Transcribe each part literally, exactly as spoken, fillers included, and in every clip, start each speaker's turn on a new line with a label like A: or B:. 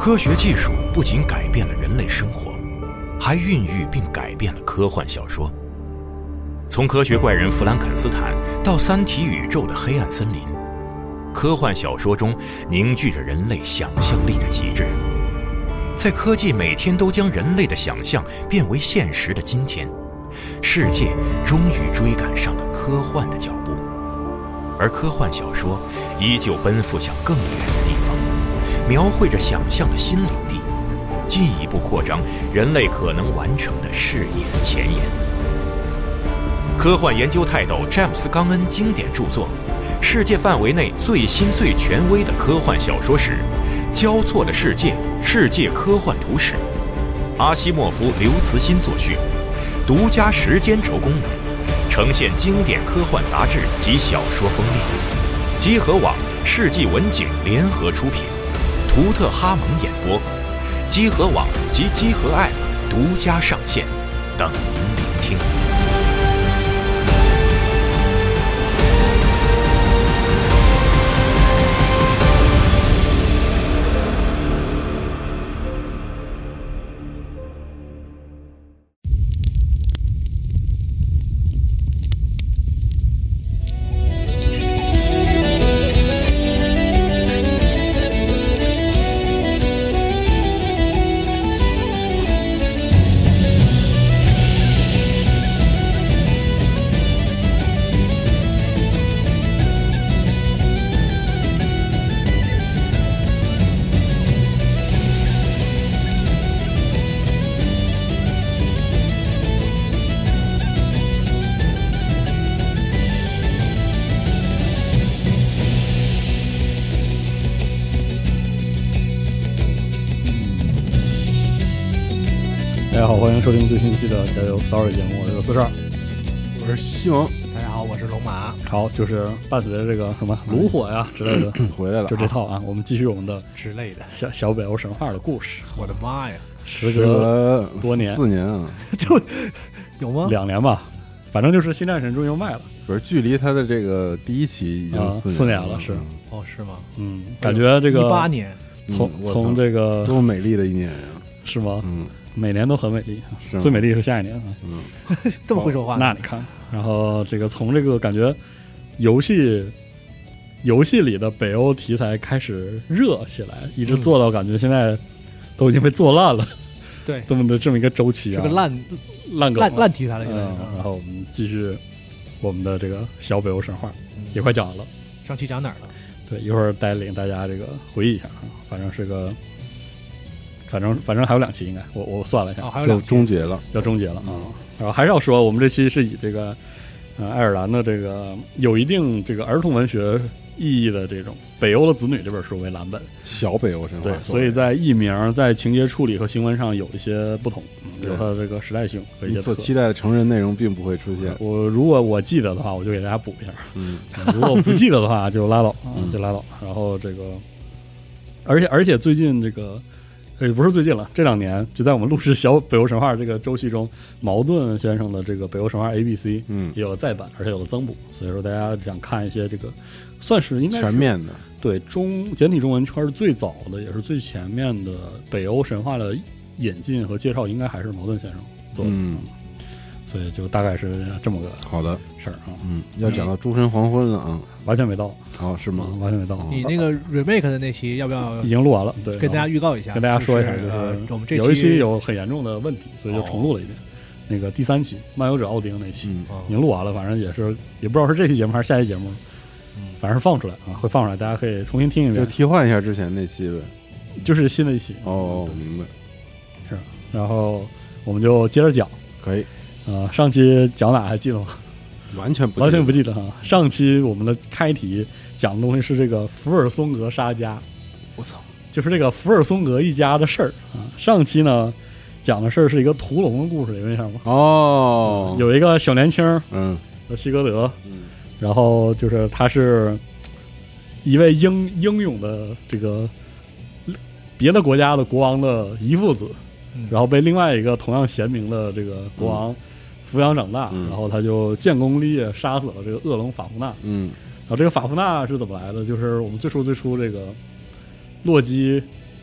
A: 科学技术不仅改变了人类生活，还孕育并改变了科幻小说。从科学怪人弗兰肯斯坦到三体宇宙的黑暗森林，科幻小说中凝聚着人类想象力的极致。在科技每天都将人类的想象变为现实的今天，世界终于追赶上了科幻的脚步，而科幻小说依旧奔赴向更远的地方，描绘着想象的新领地，进一步扩张人类可能完成的事业的前沿。科幻研究泰斗詹姆斯·冈恩经典著作，世界范围内最新最权威的科幻小说史《交错的世界：世界科幻图史》，阿西莫夫、刘慈欣作序，独家时间轴功能，呈现经典科幻杂志及小说封面。集合网、世纪文景联合出品，图特哈蒙演播，集合网及集合 App 独家上线，等您聆听。
B: 大家好，欢迎收听最新期的《加油 Story》节目，我是四十二，
C: 我是西蒙。
D: 大家好，我是龙马。
B: 好，就是伴随着这个什么炉火呀之类的
C: 回来了，
B: 就这套啊，我们继续我们的
D: 之类的
B: 小小北欧神话的故事。
D: 我的妈呀，
B: 时隔多年，
C: 四年啊，
D: 就有吗？
B: 两年吧，反正就是新战神终于又卖了。
C: 不是，距离他的这个第一期已经四年了，
B: 啊、四年了，是
D: 哦，是吗？
B: 嗯，感觉这个
D: 一八年，
B: 从、
C: 嗯、
B: 从这个
C: 多美丽的一年呀、啊，
B: 是吗？
C: 嗯。
B: 每年都很美丽，最美丽是下一年啊！
D: 嗯，这么会说话、
B: 哦，那你看，然后这个从这个感觉游戏游戏里的北欧题材开始热起来，一直做到感觉现在都已经被做烂了，
D: 对，
B: 这么的这么一个周期啊，
D: 是个烂
B: 烂梗
D: 烂烂题材了，
B: 嗯。然后我们继续我们的这个小北欧神话，嗯、也快讲完了。
D: 上期讲哪儿了？
B: 对，一会儿带领大家这个回忆一下啊，反正是个。反正反正还有两期，应该我我算了一下，
D: 哦、还有两期
C: 就终结了，
B: 要终结了啊！然后还是要说，我们这期是以这个呃爱尔兰的这个有一定这个儿童文学意义的这种《北欧的子女》这本书为蓝本，
C: 小北欧神话，
B: 对，所以在译名、在情节处理和行文上有一些不同，有它的这个时代性和一些。
C: 你所期待的成人内容并不会出现。
B: 我如果我记得的话，我就给大家补一下；
C: 嗯，
B: 如果我不记得的话，就拉倒啊，就拉倒。然后这个，而且而且最近这个。也不是最近了，这两年就在我们录制小北欧神话这个周期中，茅盾先生的这个北欧神话 A B C，
C: 嗯，
B: 也有了再版，而且有了增补。所以说，大家想看一些这个，算是应该是
C: 全面的，
B: 对中简体中文圈最早的，也是最前面的北欧神话的引进和介绍，应该还是茅盾先生做的。
C: 嗯，
B: 所以就大概是这么个
C: 好的
B: 事儿啊。
C: 嗯，要讲到诸神黄昏了啊，
B: 完全没到。
C: 哦，是吗？
B: 完全没到。
D: 你那个 remake 的那期要不要？
B: 已经录完了，对，
D: 跟大家预告一下，
B: 跟大家说一下，就是、
D: 呃、我们这期
B: 有一期有很严重的问题，所以就重录了一遍。哦、那个第三期漫游者奥丁那期、
C: 嗯、
B: 已经录完了，反正也是也不知道是这期节目还是下期节目，嗯，反正是放出来啊，会放出来，大家可以重新听一遍，
C: 就替换一下之前那期呗，
B: 就是新的一期。
C: 哦，明白。
B: 是，然后我们就接着讲，
C: 可以。
B: 呃，上期讲哪还记得吗？
C: 完全不
B: 完全不记得哈。上期我们的开题讲的东西是这个福尔松格沙家，
C: 我操，
B: 就是这个福尔松格一家的事儿啊。上期呢讲的事儿是一个屠龙的故事，有印象吗？
C: 哦、
B: 嗯，有一个小年轻，
C: 嗯，
B: 叫西格德，
C: 嗯，
B: 然后就是他是一位英英勇的这个别的国家的国王的遗父子，
D: 嗯、
B: 然后被另外一个同样贤明的这个国王抚养长大，
C: 嗯、
B: 然后他就建功立业，杀死了这个恶龙法夫纳，
C: 嗯。
B: 然后这个法夫纳是怎么来的？就是我们最初最初这个洛基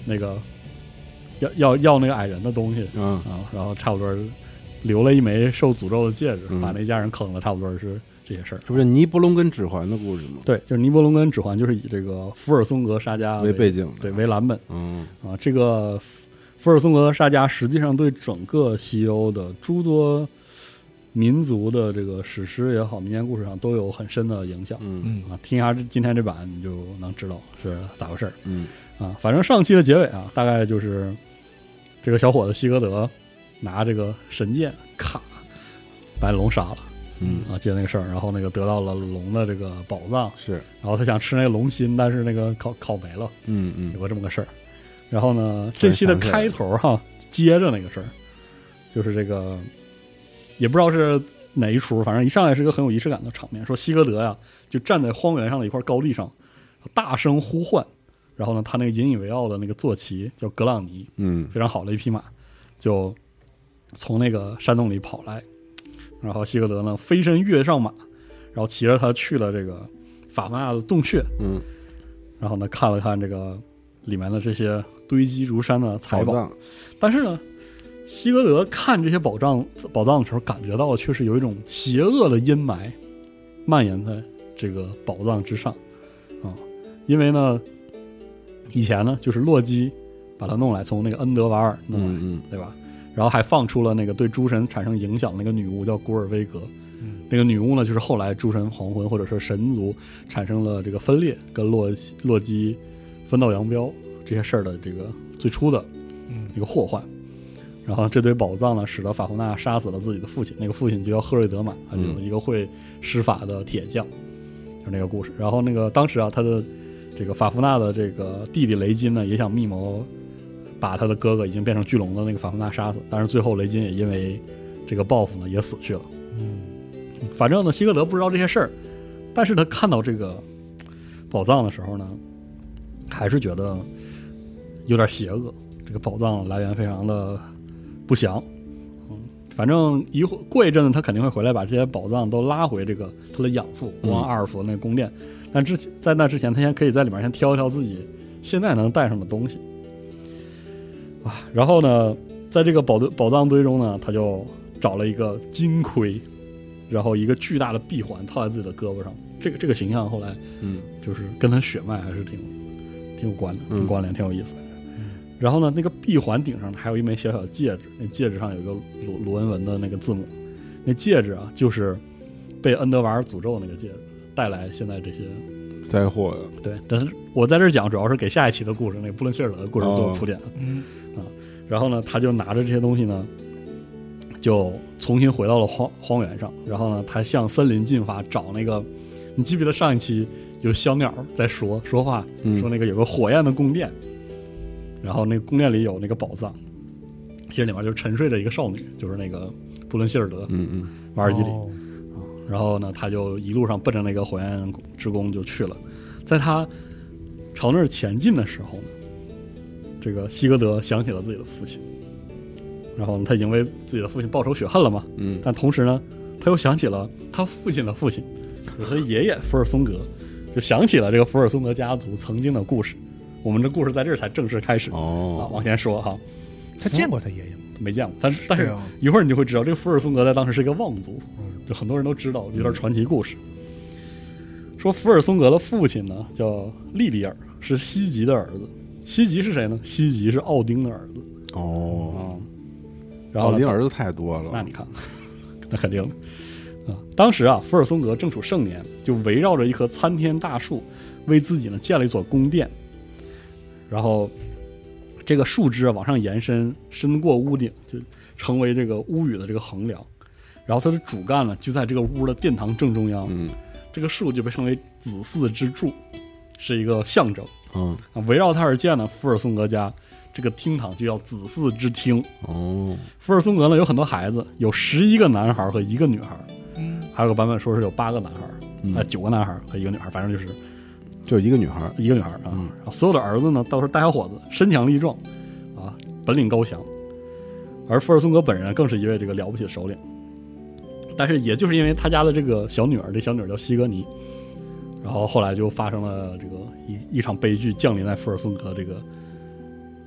B: 那个要要要那个矮人的东西，
C: 嗯
B: 啊，然后差不多留了一枚受诅咒的戒指，
C: 嗯
B: 把那家人坑了，差不多是这些事儿。
C: 这不是尼伯龙根指环的故事吗？
B: 对，就是尼伯龙根指环，就是以这个福尔松格沙加
C: 为背景的，
B: 对为蓝本
C: 嗯
B: 啊。这个福尔松格沙加实际上对整个西欧的诸多民族的这个史诗也好，民间故事上都有很深的影响。
C: 嗯
D: 嗯
B: 啊，听一下这今天这版你就能知道是咋回事儿
C: 嗯
B: 啊。反正上期的结尾啊，大概就是这个小伙子西格德拿这个神剑，咔把龙杀了
C: 嗯
B: 啊，记得那个事儿。然后那个得到了龙的这个宝藏，
C: 是，
B: 然后他想吃那个龙心，但是那个烤烤没了，
C: 嗯嗯
B: 有个这么个事儿。然后呢，这期的开头哈，接着那个事儿，就是这个也不知道是哪一出，反正一上来是一个很有仪式感的场面，说西格德呀就站在荒原上的一块高地上，大声呼唤。然后呢，他那个引以为傲的那个坐骑叫格朗尼，
C: 嗯
B: 非常好的一匹马，就从那个山洞里跑来。然后西格德呢飞身跃上马，然后骑着他去了这个法夫纳的洞穴，
C: 嗯，
B: 然后呢看了看这个里面的这些堆积如山的财宝。
C: 宝藏，
B: 但是呢，西格德看这些宝藏宝藏的时候，感觉到却是有一种邪恶的阴霾蔓延在这个宝藏之上啊、嗯，因为呢，以前呢就是洛基把他弄来，从那个恩德瓦尔弄来，
C: 嗯嗯
B: 对吧？然后还放出了那个对诸神产生影响的那个女巫叫古尔威格，
D: 嗯
B: 那个女巫呢就是后来诸神黄昏或者是神族产生了这个分裂，跟洛洛基分道扬镳这些事儿的这个最初的
D: 嗯
B: 一个祸患。然后这堆宝藏呢，使得法夫纳杀死了自己的父亲，那个父亲就叫赫瑞德玛，他就是一个会施法的铁匠，就是那个故事。然后那个当时啊，他的这个法夫纳的这个弟弟雷金呢，也想密谋把他的哥哥已经变成巨龙的那个法夫纳杀死，但是最后雷金也因为这个报复呢，也死去了。
D: 嗯
B: 反正呢，西格德不知道这些事儿，但是他看到这个宝藏的时候呢，还是觉得有点邪恶。这个宝藏来源非常的不详，嗯，反正一会过一阵子，他肯定会回来把这些宝藏都拉回这个他的养父国王阿尔弗那个宫殿。但之前在那之前，他先可以在里面先挑一挑自己现在能带上的东西啊。然后呢，在这个宝堆宝藏堆中呢，他就找了一个金盔，然后一个巨大的臂环套在自己的胳膊上。这个这个形象后来
C: 嗯
B: 就是跟他血脉还是挺挺有关的，
C: 嗯
B: 挺关联，挺有意思的。然后呢，那个臂环顶上还有一枚小小的戒指，那戒指上有一个鲁鲁文文的那个字母，那戒指啊就是被恩德瓦尔诅咒的那个戒指，带来现在这些
C: 灾祸的，
B: 对。但是我在这儿讲主要是给下一期的故事，那个布伦希尔德的故事做铺垫。
D: 嗯
B: 然后呢，他就拿着这些东西呢，就重新回到了荒荒原上。然后呢，他向森林进发，找那个，你记不记得上一期有小鸟在说说话，
C: 嗯
B: 说那个有个火焰的宫殿，然后那个宫殿里有那个宝藏，其实里面就沉睡着一个少女，就是那个布伦希尔德
C: 嗯嗯
B: 瓦尔基里。
D: 哦
B: 然后呢，他就一路上奔着那个火焰之宫就去了。在他朝那儿前进的时候呢，这个西格德想起了自己的父亲，然后呢他已经为自己的父亲报仇雪恨了嘛。
C: 嗯
B: 但同时呢，他又想起了他父亲的父亲，就是他爷爷福尔松格，就想起了这个福尔松格家族曾经的故事。我们这故事在这儿才正式开始、啊，
C: 哦，
B: 往前说哈，
D: 他见过他爷爷吗？
B: 没见过，但是但是
D: 对啊
B: 一会儿你就会知道，这个福尔松格在当时是一个望族，
D: 嗯
B: 就很多人都知道，有点传奇故事。说福尔松格的父亲呢叫利里尔，是西吉的儿子。西吉是谁呢？西吉是奥丁的儿子。
C: 哦，
B: 嗯，然后呢
C: 奥丁儿子太多了，
B: 那你看，那肯定的啊。当时啊，福尔松格正处盛年，就围绕着一棵参天大树，为自己呢建了一所宫殿。然后这个树枝啊往上延伸，伸过屋顶，就成为这个屋宇的这个横梁。然后它的主干呢就在这个屋的殿堂正中央，
C: 嗯
B: 这个树就被称为子嗣之柱，是一个象征
C: 嗯
B: 啊。围绕它而建呢，福尔松格家这个厅堂就叫子嗣之厅。
C: 哦，
B: 福尔松格呢有很多孩子，有十一个男孩和一个女孩，
D: 嗯
B: 还有个版本说是有八个男孩，
C: 嗯
B: 啊、九个男孩和一个女孩，反正就是
C: 就一个女孩，
B: 一个女孩啊。
C: 嗯
B: 然后所有的儿子呢都是大小伙子，身强力壮啊，本领高强。而福尔松格本人更是一位这个了不起的首领。但是也就是因为他家的这个小女儿，这小女儿叫西格尼，然后后来就发生了这个一一场悲剧降临在福尔松格这个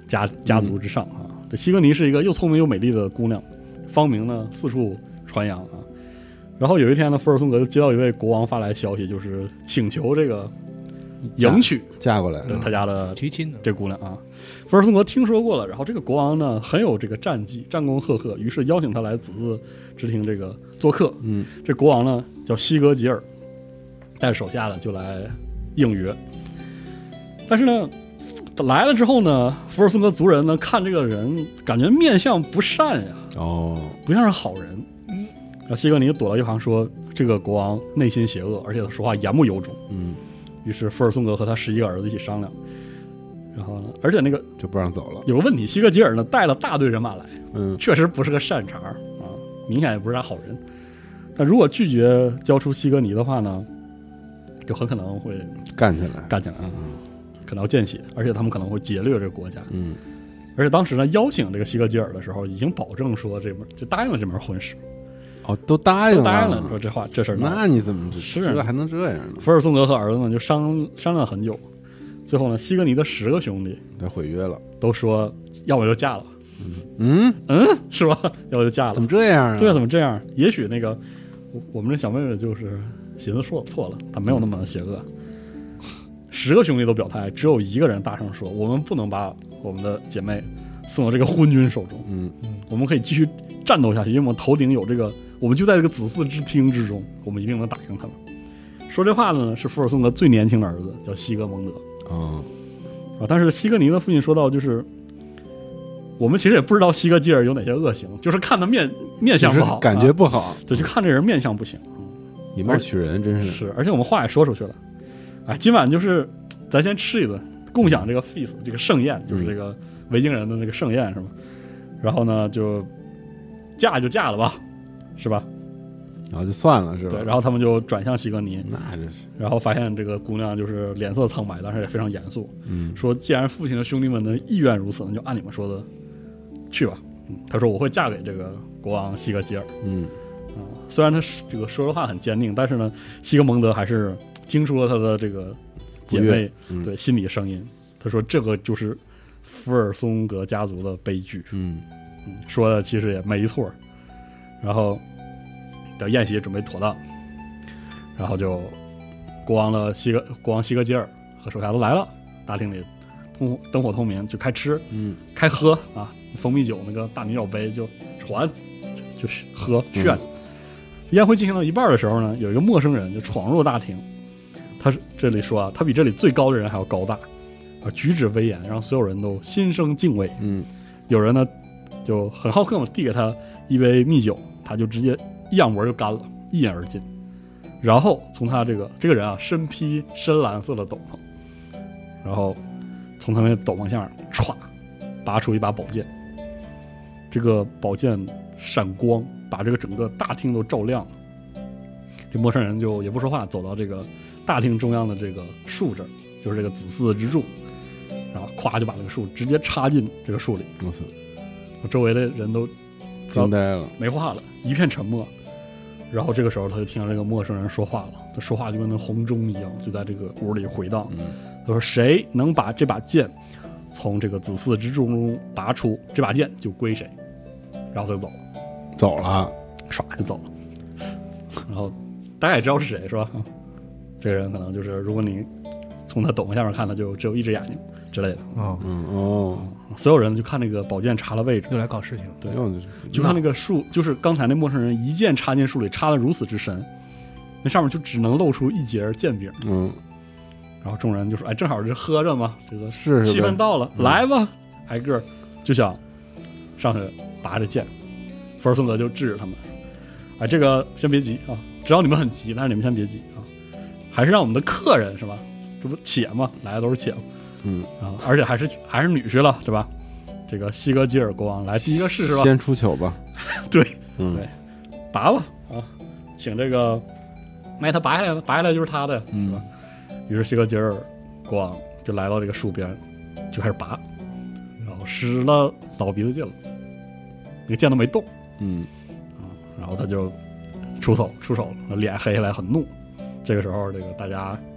B: 家家族之上啊。这西格尼是一个又聪明又美丽的姑娘，芳名呢四处传扬啊。然后有一天呢，福尔松格就接到一位国王发来消息，就是请求这个迎娶
C: 嫁过来了，
B: 他家的
D: 提亲的
B: 这姑娘啊。福尔松格听说过了，然后这个国王呢很有这个战绩，战功赫赫，于是邀请他来子嗣之庭这个做客。
C: 嗯，
B: 这国王呢叫西格吉尔，带着手下呢就来应约。但是呢来了之后呢，福尔松格族人呢看这个人感觉面相不善呀，
C: 哦，
B: 不像是好人。然后西格尼躲到一旁说，这个国王内心邪恶，而且他说话言不由衷。
C: 嗯，
B: 于是福尔松格和他十一个儿子一起商量，然后呢，而且那个
C: 就不让走了。
B: 有个问题，西格吉尔呢带了大队人马来，
C: 嗯，
B: 确实不是个善茬啊，明显也不是啥好人。但如果拒绝交出西格尼的话呢，就很可能会
C: 干起来，
B: 干起来啊，可能要见血，而且他们可能会劫掠这个国家。
C: 嗯，
B: 而且当时呢，邀请这个西格吉尔的时候，已经保证说这门就答应了这门婚事。
C: 哦，都答应了，
B: 都答应了，说这话这事儿，
C: 那你怎么
B: 是
C: 这还能这样呢？
B: 福尔松格和儿子们就商商量很久，最后呢，西格尼的十个兄弟
C: 他毁约了，
B: 都说要不就嫁了，
C: 嗯
B: 嗯，是吧？要不就嫁了，
C: 怎么这样啊？
B: 对，怎么这样？也许那个我我们这小妹妹就是寻思说错了，她没有那么邪恶。十个兄弟都表态，只有一个人大声说：“我们不能把我们的姐妹送到这个昏君手中，
C: 嗯，
B: 我们可以继续战斗下去，因为我们头顶有这个。”我们就在这个子嗣之厅之中，我们一定能打赢他们。说这话呢是福尔松格最年轻的儿子，叫西格蒙德。
C: 哦，
B: 啊，但是西格尼的父亲说到，就是我们其实也不知道西格吉尔有哪些恶行，就是看他面面相不好，
C: 感觉不好，
B: 对、啊，就看这人面相不行，
C: 以貌取人，真是
B: 是。而且我们话也说出去了，哎，今晚就是咱先吃一顿，共享这个 feast 这个盛宴，就是这个维京人的那个盛宴是吗？然后呢，就嫁就嫁了吧。是吧？
C: 然后就算了，是吧？
B: 对，然后他们就转向西格尼，
C: 那这是，
B: 然后发现这个姑娘就是脸色苍白，但是也非常严肃，
C: 嗯，
B: 说既然父亲的兄弟们的意愿如此，那就按你们说的去吧。嗯，他说我会嫁给这个国王西格吉尔。
C: 嗯，
B: 啊、呃，虽然他这个说的话很坚定，但是呢，西格蒙德还是听出了他的这个姐妹、嗯、对心理声音。他说这个就是福尔松格家族的悲剧。
C: 嗯
B: 嗯，说的其实也没错。然后等宴席准备妥当，然后就国王的西格国王西格吉尔和手下都来了，大厅里通灯火通明，就开吃，
C: 嗯，
B: 开喝啊，蜂蜜酒那个大女角杯就传，就是喝炫。嗯、宴会进行到一半的时候呢，有一个陌生人就闯入大厅，他是这里说啊，他比这里最高的人还要高大，啊，举止威严，让所有人都心生敬畏。
C: 嗯，
B: 有人呢就很好客嘛，递给他一杯蜜酒，他就直接一仰脖就干了，一饮而尽。然后从他这个这个人啊，身披深蓝色的斗篷，然后从他那斗篷下歘拔出一把宝剑，这个宝剑闪光，把这个整个大厅都照亮了。这陌生人就也不说话，走到这个大厅中央的这个树这儿，就是这个紫色的支柱，然后咵就把这个树直接插进这个树里。
C: 我操！
B: 周围的人都
C: 惊呆了，
B: 没话了，一片沉默。然后这个时候他就听到这个陌生人说话了，他说话就跟那红钟一样，就在这个屋里回荡。
C: 嗯，
B: 他说谁能把这把剑从这个紫色之柱中拔出，这把剑就归谁。然后他就走了，
C: 走了，
B: 唰就走了。然后大家也知道是谁是吧？这个人可能就是，如果你从他斗篷下面看，他就只有一只眼睛之类的。
D: 哦，
C: 嗯哦，
B: 所有人就看那个宝剑插了位置，
D: 又来搞事情。
B: 对，就看那个树，就是刚才那陌生人一剑插进树里，插得如此之深，那上面就只能露出一截剑柄。
C: 嗯，
B: 然后众人就说：“哎，正好就喝着嘛，这个
C: 是
B: 气氛到了，
C: 嗯、
B: 来吧！”挨个就想上去拔着剑，福尔松格就制止他们：“哎，这个先别急啊，知道你们很急，但是你们先别急啊，还是让我们的客人是吧？这不且嘛，来的都是且嘛。”
C: 嗯
B: 啊，而且还是还是女婿了，对吧？这个西格吉尔国王来第一个试试吧，
C: 先出糗吧。
B: 对，
C: 嗯，
B: 对，拔吧啊，请这个，哎，他拔下来了，拔下来就是他的，
C: 嗯、
B: 是吧？于是西格吉尔国王就来到这个树边，就开始拔，然后使了老鼻子劲了，那个剑都没动，
C: 嗯
B: 啊，然后他就出手出手了，脸黑下来很怒。这个时候，这个大家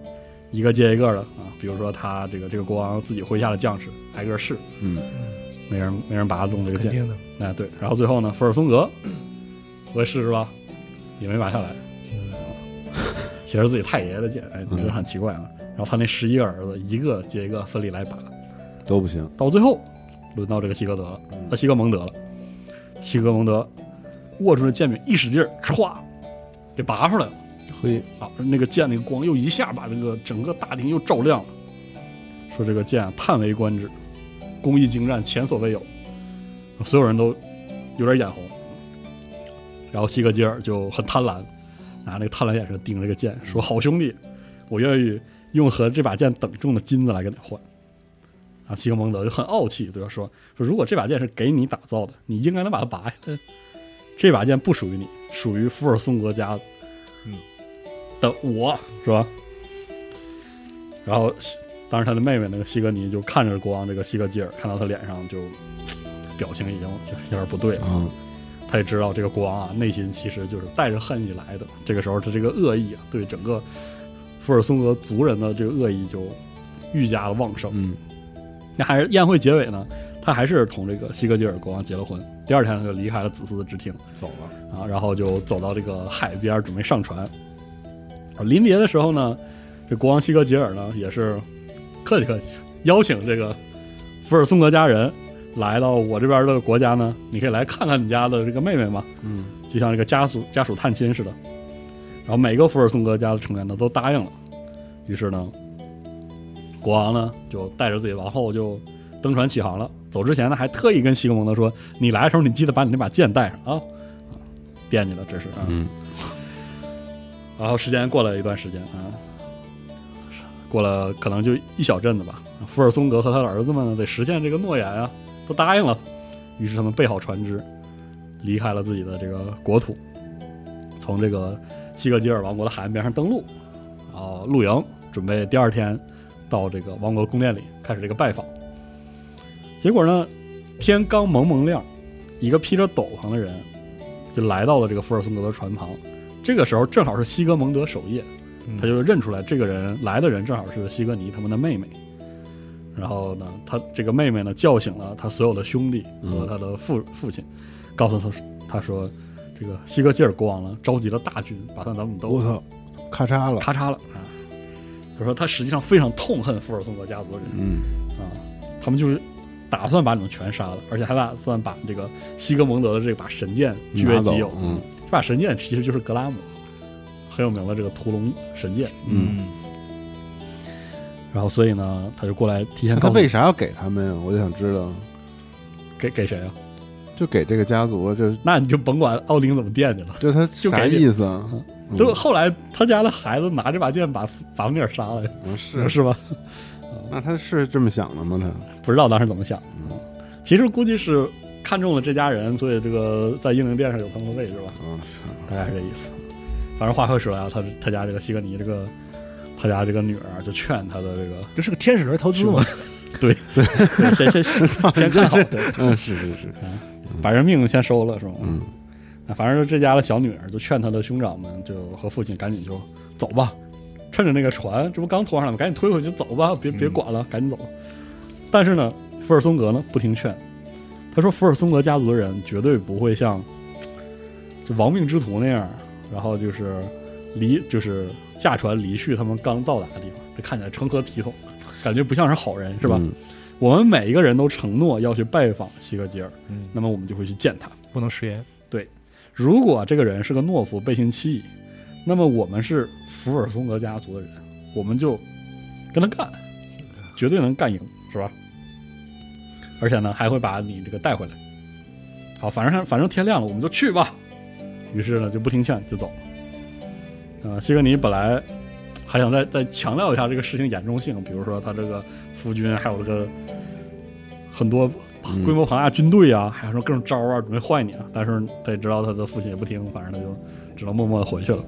B: 一个接一个的啊，比如说他这个这个国王自己麾下的将士挨个试，
C: 嗯，
B: 没人没人拔得动这个剑，
D: 肯定的。
B: 哎对，然后最后呢，福尔松格我也试试吧，也没拔下来，写着自己太爷爷的剑，哎，觉得很奇怪啊。然后他那十一个儿子一个接一个分力来拔，
C: 都不行。
B: 到最后轮到这个西格德了，呃，西格蒙德了。西格蒙德握住了剑柄，一使劲儿，歘，给拔出来了。
C: 嘿，
B: 啊，那个剑那个光又一下把这个整个大厅又照亮了。说这个剑啊，叹为观止，工艺精湛，前所未有。所有人都有点眼红。然后西格吉尔就很贪婪，拿那个贪婪眼神盯着这个剑，说：“好兄弟，我愿意用和这把剑等重的金子来跟你换。”啊，西格蒙德就很傲气，对吧？说说如果这把剑是给你打造的，你应该能把它拔下来。这把剑不属于你，属于福尔松格家
D: 嗯
B: 的我，是吧？然后，当时他的妹妹那个西格尼就看着国王这个西格吉尔，看到他脸上就表情已经就有点不对了。
C: 嗯，
B: 他也知道这个国王啊，内心其实就是带着恨意来的。这个时候，他这个恶意啊，对整个福尔松格族人的这个恶意就愈加的旺盛。
C: 嗯，
B: 那还是宴会结尾呢，他还是同这个西格吉尔国王结了婚。第二天他就离开了子嗣的直厅，
C: 走了
B: 啊，然后就走到这个海边准备上船。临别的时候呢，这国王西格吉尔呢也是客气客气，邀请这个福尔松格家人来到我这边的国家呢，你可以来看看你家的这个妹妹嘛，
C: 嗯，
B: 就像这个家属家属探亲似的。然后每个福尔松格家的成员呢都答应了。于是呢，国王呢就带着自己王后就登船起航了。走之前呢，还特意跟西格蒙德说：“你来的时候，你记得把你那把剑带上啊！”惦记了，这是啊。
C: 嗯。
B: 然后时间过了一段时间啊，过了可能就一小阵子吧。福尔松格和他的儿子们呢，得实现这个诺言啊，都答应了。于是他们备好船只，离开了自己的这个国土，从这个西格吉尔王国的海岸边上登陆，然后露营，准备第二天到这个王国宫殿里开始这个拜访。结果呢，天刚蒙蒙亮，一个披着斗篷的人就来到了这个福尔松格的船旁。这个时候正好是西格蒙德守夜，他就认出来这个人来的人正好是西格尼他们的妹妹。然后呢，他这个妹妹呢叫醒了他所有的兄弟和他的父父亲，告诉他他说这个西格吉尔国王呢召集了大军，把他们都
C: 我操，咔嚓了，
B: 咔嚓了啊！他说他实际上非常痛恨福尔松格家族的人，
C: 嗯
B: 啊，他们就是打算把你们全杀了，而且还打算把这个西格蒙德的这把神剑据为己有。
C: 嗯，
B: 这把神剑其实就是格拉姆很有名的这个屠龙神剑。
C: 嗯，
B: 然后所以呢，他就过来提前
C: 他
B: 告诉
C: 为啥要给他们呀？我就想知道，
B: 给给谁啊？
C: 就给这个家族，就
B: 那你就甭管奥丁怎么惦记了，
C: 就他
B: 就给你
C: 啥意思啊？
B: 嗯
C: 嗯
B: 就后来他家的孩子拿这把剑把法芬米尔杀了，
C: 嗯是
B: 是吧？
C: 那他是这么想的吗？他
B: 不知道当时怎么想。嗯，其实估计是看中了这家人，所以这个在英灵殿上有他们的位置吧。
C: 我操，
B: 大概是这意思。反正话说回来啊，他他家这个西格尼这个他家这个女儿就劝他的这个，
D: 这是个天使轮投资嘛？
B: 对对，先先先先看好，对，
C: 嗯，是是是，
B: 把人命先收了是吗？
C: 嗯，
B: 啊，反正这家的小女儿就劝他的兄长们就和父亲赶紧就走吧，趁着那个船这不刚拖上来吗？赶紧推回去走吧，别别管了，赶紧走。但是呢，福尔松格呢不听劝，他说福尔松格家族的人绝对不会像就亡命之徒那样，然后就是离就是驾船离去他们刚到达的地方，这看起来成何体统，感觉不像是好人是吧？
C: 嗯
B: 我们每一个人都承诺要去拜访西格吉尔，
D: 嗯，
B: 那么我们就会去见他。
D: 不能食言。
B: 如果这个人是个懦夫背信弃义，那么我们是福尔松格家族的人，我们就跟他干，绝对能干赢，是吧？而且呢，还会把你这个带回来。好，反正反正天亮了，我们就去吧。于是呢，就不听劝就走了。呃，西格尼本来还想再再强调一下这个事情严重性，比如说他这个夫君还有这个很多规模庞大军队啊，还有说各种招啊，准备坏你啊。但是他也知道他的父亲也不听，反正他就只能默默的回去了。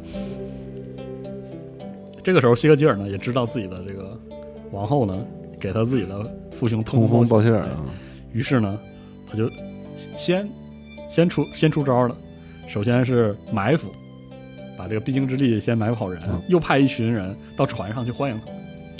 B: 这个时候，西格吉尔呢也知道自己的这个王后呢给他自己的父兄
C: 通
B: 风
C: 风报信儿啊，
B: 于是呢，他就先先出先出招了。首先是埋伏，把这个必经之地先埋伏好人，
C: 嗯
B: 又派一群人到船上去欢迎他。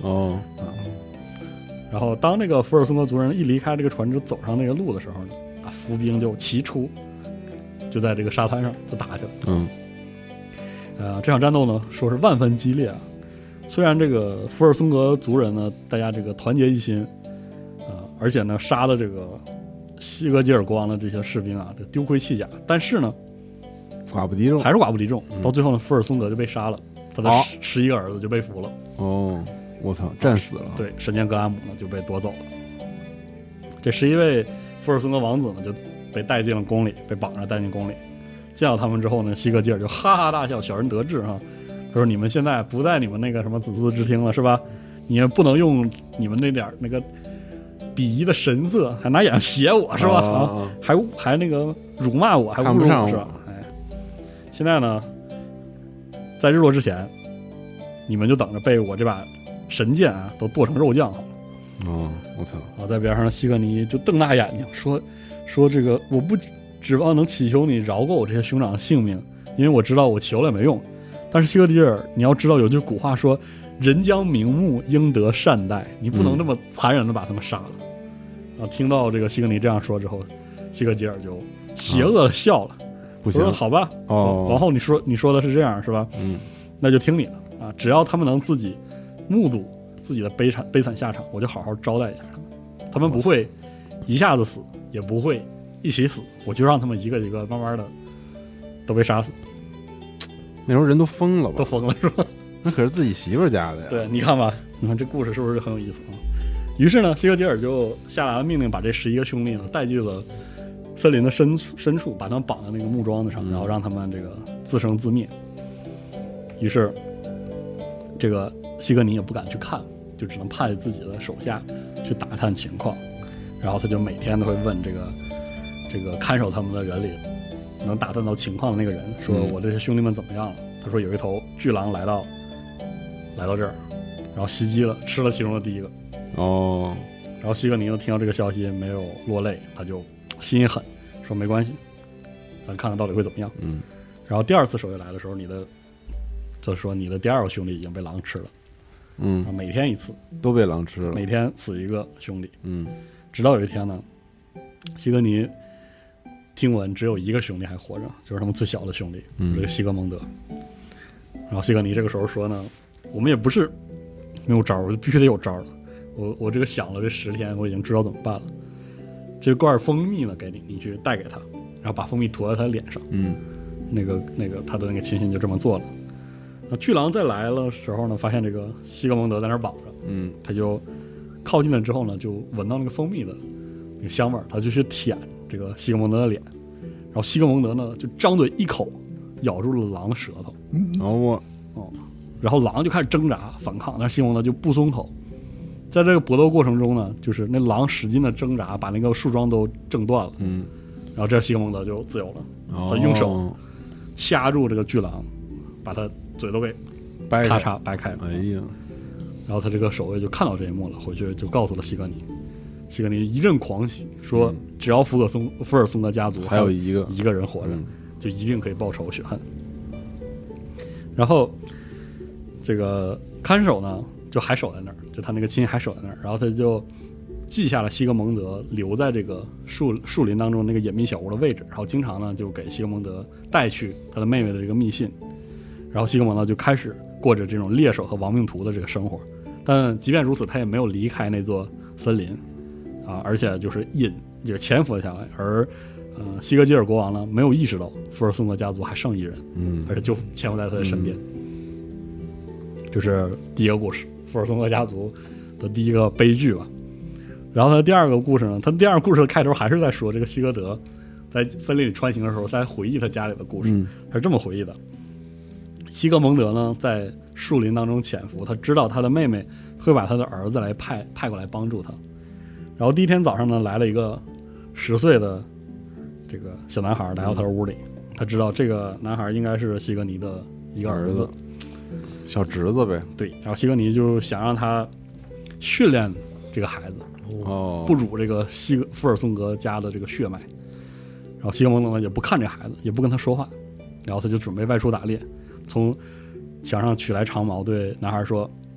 C: 哦，
B: 然后当这个福尔松格族人一离开这个船只走上那个路的时候呢，啊，伏兵就齐出，就在这个沙滩上就打起来。
C: 嗯，
B: 呃，这场战斗呢，说是万分激烈啊。虽然这个福尔松格族人呢，大家这个团结一心，啊、呃，而且呢，杀了这个西格吉尔国王的这些士兵啊，这丢盔弃甲，但是呢，
C: 寡不敌众，
B: 还是寡不敌众。
C: 嗯、
B: 到最后呢，福尔松格就被杀了，他的十十一个儿子就被俘了。
C: 哦，我操，战死了。
B: 对，神剑格拉姆呢就被夺走了。这十一位福尔松格王子呢就被带进了宫里，被绑着带进宫里。见到他们之后呢，西格吉尔就哈哈大笑，小人得志哈。他说：“你们现在不在你们那个什么子嗣之厅了，是吧？你们不能用你们那点那个鄙夷的神色，还拿眼斜我，是吧？
C: 哦哦
B: 啊，还还那个辱骂我，还侮辱我，是吧？哎，现在呢，在日落之前，你们就等着被我这把神剑啊都剁成肉酱好了。”
C: 哦，我操！
B: 啊，在边上西格尼就瞪大眼睛说：“说这个我不指望能祈求你饶过我这些兄长的性命，因为我知道我求了也没用。但是西格迪尔，你要知道有句古话说，人将瞑目，应得善待，你不能这么残忍的把他们杀了。嗯”啊，听到这个西格尼这样说之后，西格吉尔就邪恶的笑了，
C: 不行，
B: 说：“好吧，
C: 哦，
B: 王后你说你说的是这样是吧？
C: 嗯，
B: 那就听你的啊，只要他们能自己目睹自己的悲惨悲惨下场，我就好好招待一下他们。他们不会一下子死，也不会一起死，我就让他们一个一个慢慢的都被杀死。”
C: 那时候人都疯了吧？
B: 都疯了是吧？
C: 那可是自己媳妇儿家的呀。
B: 对，你看吧，你看这故事是不是很有意思啊？于是呢，西格吉尔就下达了命令，把这十一个兄弟呢带进了森林的深深处，把他们绑在那个木桩子上，然后让他们这个自生自灭。于是，这个西格尼也不敢去看，就只能派自己的手下去打探情况。然后他就每天都会问这个这个看守他们的人里能打探到情况的那个人，说我这些兄弟们怎么样了？他说有一头巨狼来到来到这儿，然后袭击了，吃了其中的第一个。
C: 哦，
B: 然后西格尼呢听到这个消息没有落泪，他就心一狠，说没关系，咱看看到底会怎么样。
C: 嗯。
B: 然后第二次守卫来的时候，你的就是说你的第二个兄弟已经被狼吃了。
C: 嗯。
B: 每天一次，
C: 都被狼吃了。
B: 每天死一个兄弟。
C: 嗯。
B: 直到有一天呢，西格尼听闻只有一个兄弟还活着，就是他们最小的兄弟，
C: 嗯、
B: 这个西格蒙德。然后西格尼这个时候说呢，我们也不是没有招，我就必须得有招了。我我这个想了这十天，我已经知道怎么办了。这罐蜂蜜呢，给你，你去带给他，然后把蜂蜜涂在他脸上。
C: 嗯，
B: 那个那个他的那个亲信就这么做了。那巨狼再来了时候呢，发现这个西格蒙德在那儿绑着，
C: 嗯，
B: 他就靠近了之后呢，就闻到那个蜂蜜的那个香味儿，他就去舔这个西格蒙德的脸，然后西格蒙德呢就张嘴一口咬住了狼的舌头，
C: 然后我
B: 哦，然后狼就开始挣扎反抗，但是西格蒙德就不松口。在这个搏斗过程中呢，就是那狼使劲的挣扎，把那个树桩都挣断了，
C: 嗯，
B: 然后这西格蒙德就自由了，
C: 哦、
B: 他用手掐住这个巨狼，把他嘴都给
C: 掰
B: 咔嚓掰开了。
C: 哎呀！
B: 然后他这个守卫就看到这一幕了，回去就告诉了西格尼。西格尼一阵狂喜，说只要福格松福尔松格家族
C: 还有一个
B: 一个人活着，
C: 嗯、
B: 就一定可以报仇雪恨。然后这个看守呢，就还守在那儿，就他那个亲还守在那儿，然后他就记下了西格蒙德留在这个树树林当中那个隐秘小屋的位置，然后经常呢就给西格蒙德带去他的妹妹的这个密信，然后西格蒙德就开始过着这种猎手和亡命徒的这个生活。但即便如此，他也没有离开那座森林啊，而且就是隐就是潜伏了下来。而呃，西格吉尔国王呢，没有意识到福尔松格家族还剩一人，
C: 嗯，
B: 而且就潜伏在他的身边。嗯、就是第一个故事，福尔松格家族的第一个悲剧吧。然后他第二个故事呢，他第二个故事的开头还是在说这个西格德在森林里穿行的时候，在回忆他家里的故事，
C: 嗯、
B: 他是这么回忆的：西格蒙德呢，在树林当中潜伏，他知道他的妹妹会把他的儿子来派派过来帮助他。然后第一天早上呢，来了一个十岁的这个小男孩来到他的屋里，他知道这个男孩应该是西格尼的一个儿子，
C: 小侄子呗。
B: 对，然后西格尼就想让他训练这个孩子，
C: 哦，
B: 不辱这个西格福尔松格家的这个血脉。然后西格蒙德呢也不看这孩子，也不跟他说话，然后他就准备外出打猎，从墙上取来长矛，对男孩说：“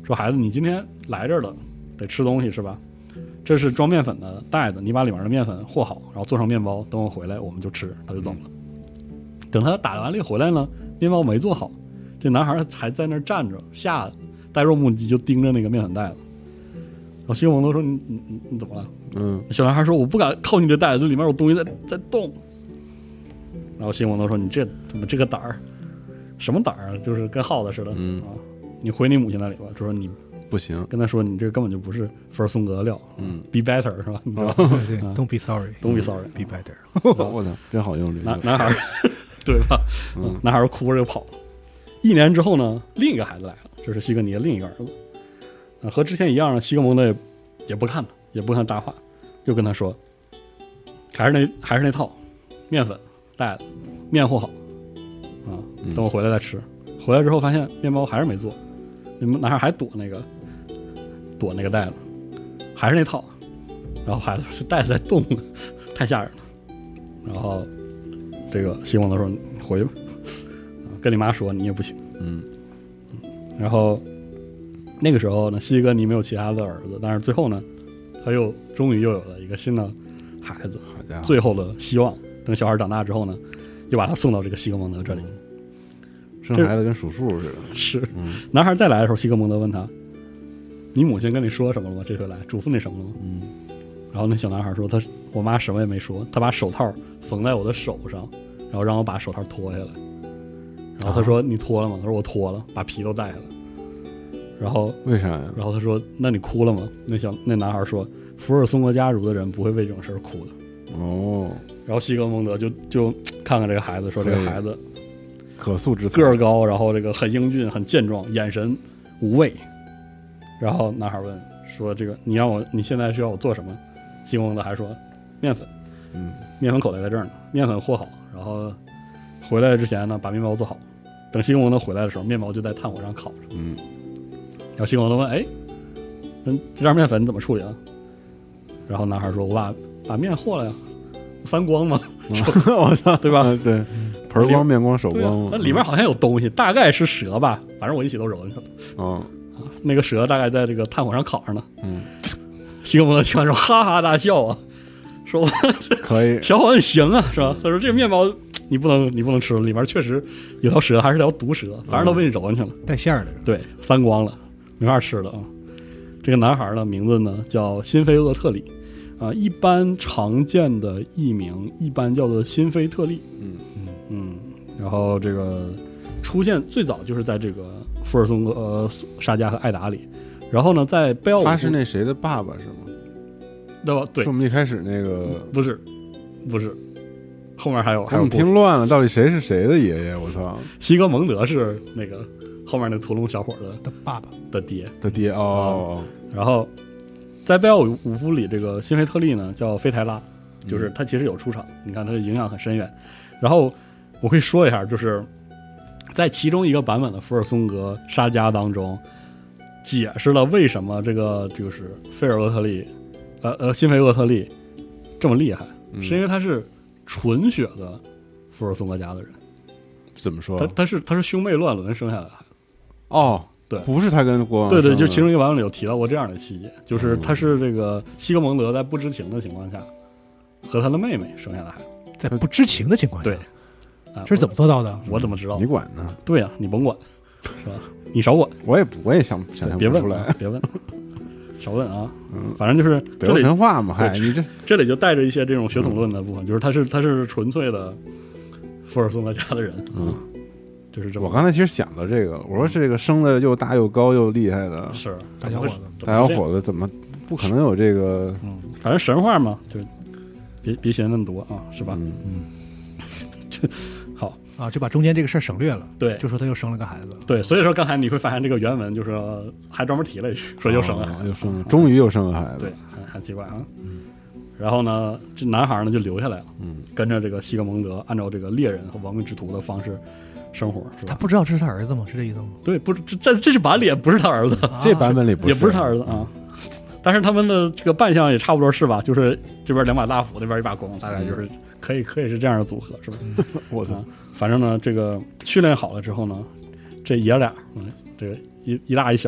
B: 说孩子，你今天来这儿了，得吃东西是吧？这是装面粉的袋子，你把里面的面粉和好，然后做成面包，等我回来我们就吃。他就走了。等他打完猎回来呢，面包没做好，这男孩还在那儿站着，吓得呆若木鸡，就盯着那个面粉袋子。然后西格蒙德说：“你你你你怎么了？”
C: 嗯，
B: 小男孩说：“我不敢靠近这袋子，里面有东西在在动。”然后西格蒙德说：“你这怎么这个胆儿？什么胆儿啊？就是跟耗子似的、
C: 嗯、
B: 啊！你回你母亲那里吧。”就说你
C: 不行，
B: 跟他说你这个根本就不是福尔松格的料。
C: 嗯
B: ，be better 是吧？你知道
D: 对对、
B: 啊、
D: ，Don't be sorry,
B: don't be sorry,
D: be better。
C: 我操，真好用这个
B: 男男孩，对吧？
C: 嗯，
B: 男孩哭着就跑了。一年之后呢，另一个孩子来了，这是西格尼的另一个儿子。啊，和之前一样呢，西格蒙德也也不看他，也不看大话，就跟他说，还是那还是那套，面粉袋子，面和好，啊，等我回来再吃。嗯、回来之后发现面包还是没做，你们男孩还躲那个躲那个袋子，还是那套。然后孩子说袋子在动，太吓人了。然后这个西格蒙德说：“你回去吧，啊，跟你妈说你也不行。”
C: 嗯，
B: 然后。那个时候呢，西格尼没有其他的儿子，但是最后呢，他又终于又有了一个新的孩子，
C: 好家伙，
B: 最后的希望。等小孩长大之后呢，又把他送到这个西格蒙德这里。
C: 生孩子跟数数似的。
B: 是，
C: 嗯，
B: 男孩再来的时候，西格蒙德问他：“你母亲跟你说什么了吗？这回来嘱咐你什么了吗？”
C: 嗯，
B: 然后那小男孩说：“他我妈什么也没说，他把手套缝在我的手上，然后让我把手套脱下来。然后他说：‘你脱了吗？’他说：‘我脱了，把皮都带下来。’然后
C: 为啥呀？
B: 然后他说：“那你哭了吗？”那小那男孩说：“福尔松格家族的人不会为这种事儿哭的。”
C: 哦。
B: 然后西格蒙德就就看看这个孩子，说：“这个孩子
C: 可塑之
B: 个儿高，然后这个很英俊、很健壮，眼神无畏。”然后男孩问说：“这个你让我你现在需要我做什么？”西格蒙德还说：“面粉，
C: 嗯，
B: 面粉口袋在这儿呢，面粉和好，然后回来之前呢，把面包做好。等西格蒙德回来的时候，面包就在炭火上烤着。”
C: 嗯。
B: 然后西格蒙德问：“哎，那这袋面粉你怎么处理啊？”然后男孩说：“我把把面和了呀，三光嘛，
C: 我操，
B: 对吧？
C: 对，盆光、面光、手光，
B: 那里面好像有东西，大概是蛇吧，反正我一起都揉进去了。
C: 嗯，
B: 啊，那个蛇大概在这个炭火上烤着呢。
C: 嗯，
B: 西格蒙德听完之后哈哈大笑啊，说：“
C: 可以，
B: 小伙子行啊，是吧？”他说：“这个面包你不能你不能吃了，里面确实有条蛇，还是条毒蛇，反正都被你揉进去了，
D: 带馅儿的，
B: 对，三光了。”没法吃了啊！这个男孩的名字呢叫辛菲厄特里，啊，一般常见的译名一般叫做辛菲特利。
C: 嗯
B: 嗯嗯，然后这个出现最早就是在这个福尔松格、呃、沙加和艾达里，然后呢，在贝奥，
C: 他是那谁的爸爸是吗？
B: 对吧？对，
C: 是我们一开始那个
B: 不是不是，后面还有还有
C: 你听乱了，到底谁是谁的爷爷？我操！
B: 西格蒙德是那个。后面那屠龙小伙的
D: 的爸爸
B: 的爹
C: 的爹哦、
B: 嗯，然后在贝奥武夫里，这个辛菲特利呢叫菲台拉，就是他其实有出场，嗯、你看他的影响很深远。然后我可以说一下，就是在其中一个版本的福尔松格沙加当中，解释了为什么这个就是菲尔厄特利，呃呃辛菲厄特利这么厉害，
C: 嗯、
B: 是因为他是纯血的福尔松格家的人。
C: 怎么说？
B: 他他是他是兄妹乱伦生下来的孩子。
C: 哦，
B: 对，
C: 不是他跟国王
B: 对对，就其中一个版本里有提到过这样的细节，就是他是这个西格蒙德在不知情的情况下和他的妹妹生下的孩子，
D: 在不知情的情况下，
B: 对，啊，
D: 这是怎么做到的？
B: 我怎么知道？
C: 你管呢？
B: 对呀、啊，你甭管，是吧？你少管，
C: 我也我也想想象不出来，
B: 别问，别问，少问啊。嗯，反正就是
C: 北欧神话嘛，嗨，你这
B: 这里就带着一些这种血统论的部分，嗯、就是他是他是纯粹的福尔松格家的人，
C: 嗯。
B: 就是这么。
C: 我刚才其实想到这个，我说这个生的又大又高又厉害的，
B: 是
D: 大小伙子，
C: 大小伙子怎么不可能有这个？
B: 嗯，反正神话嘛，就别别嫌那么多啊，是吧？
C: 嗯
B: 嗯，就好
D: 啊，就把中间这个事儿省略了。
B: 对，
D: 就说他又生了个孩子。
B: 对，所以说刚才你会发现这个原文就是还专门提了一句，说又生了孩子，
C: 哦、又生了，终于又生了孩子。
B: 对，很很奇怪啊。嗯。然后呢，这男孩呢就留下来了，
C: 嗯，
B: 跟着这个西格蒙德，按照这个猎人和亡命之徒的方式生活，是吧？
D: 他不知道这是他儿子吗？是这意思吗？
B: 对，不是，这这这是版里也不是他儿子，
C: 啊、这版本里不是
B: 也不是他儿子啊。但是他们的这个扮相也差不多是吧？就是这边两把大斧，那边一把弓，大概就是可以可以是这样的组合，是吧？
C: 我操、
B: 啊！反正呢，这个训练好了之后呢，这爷俩，嗯，这个一一大一小，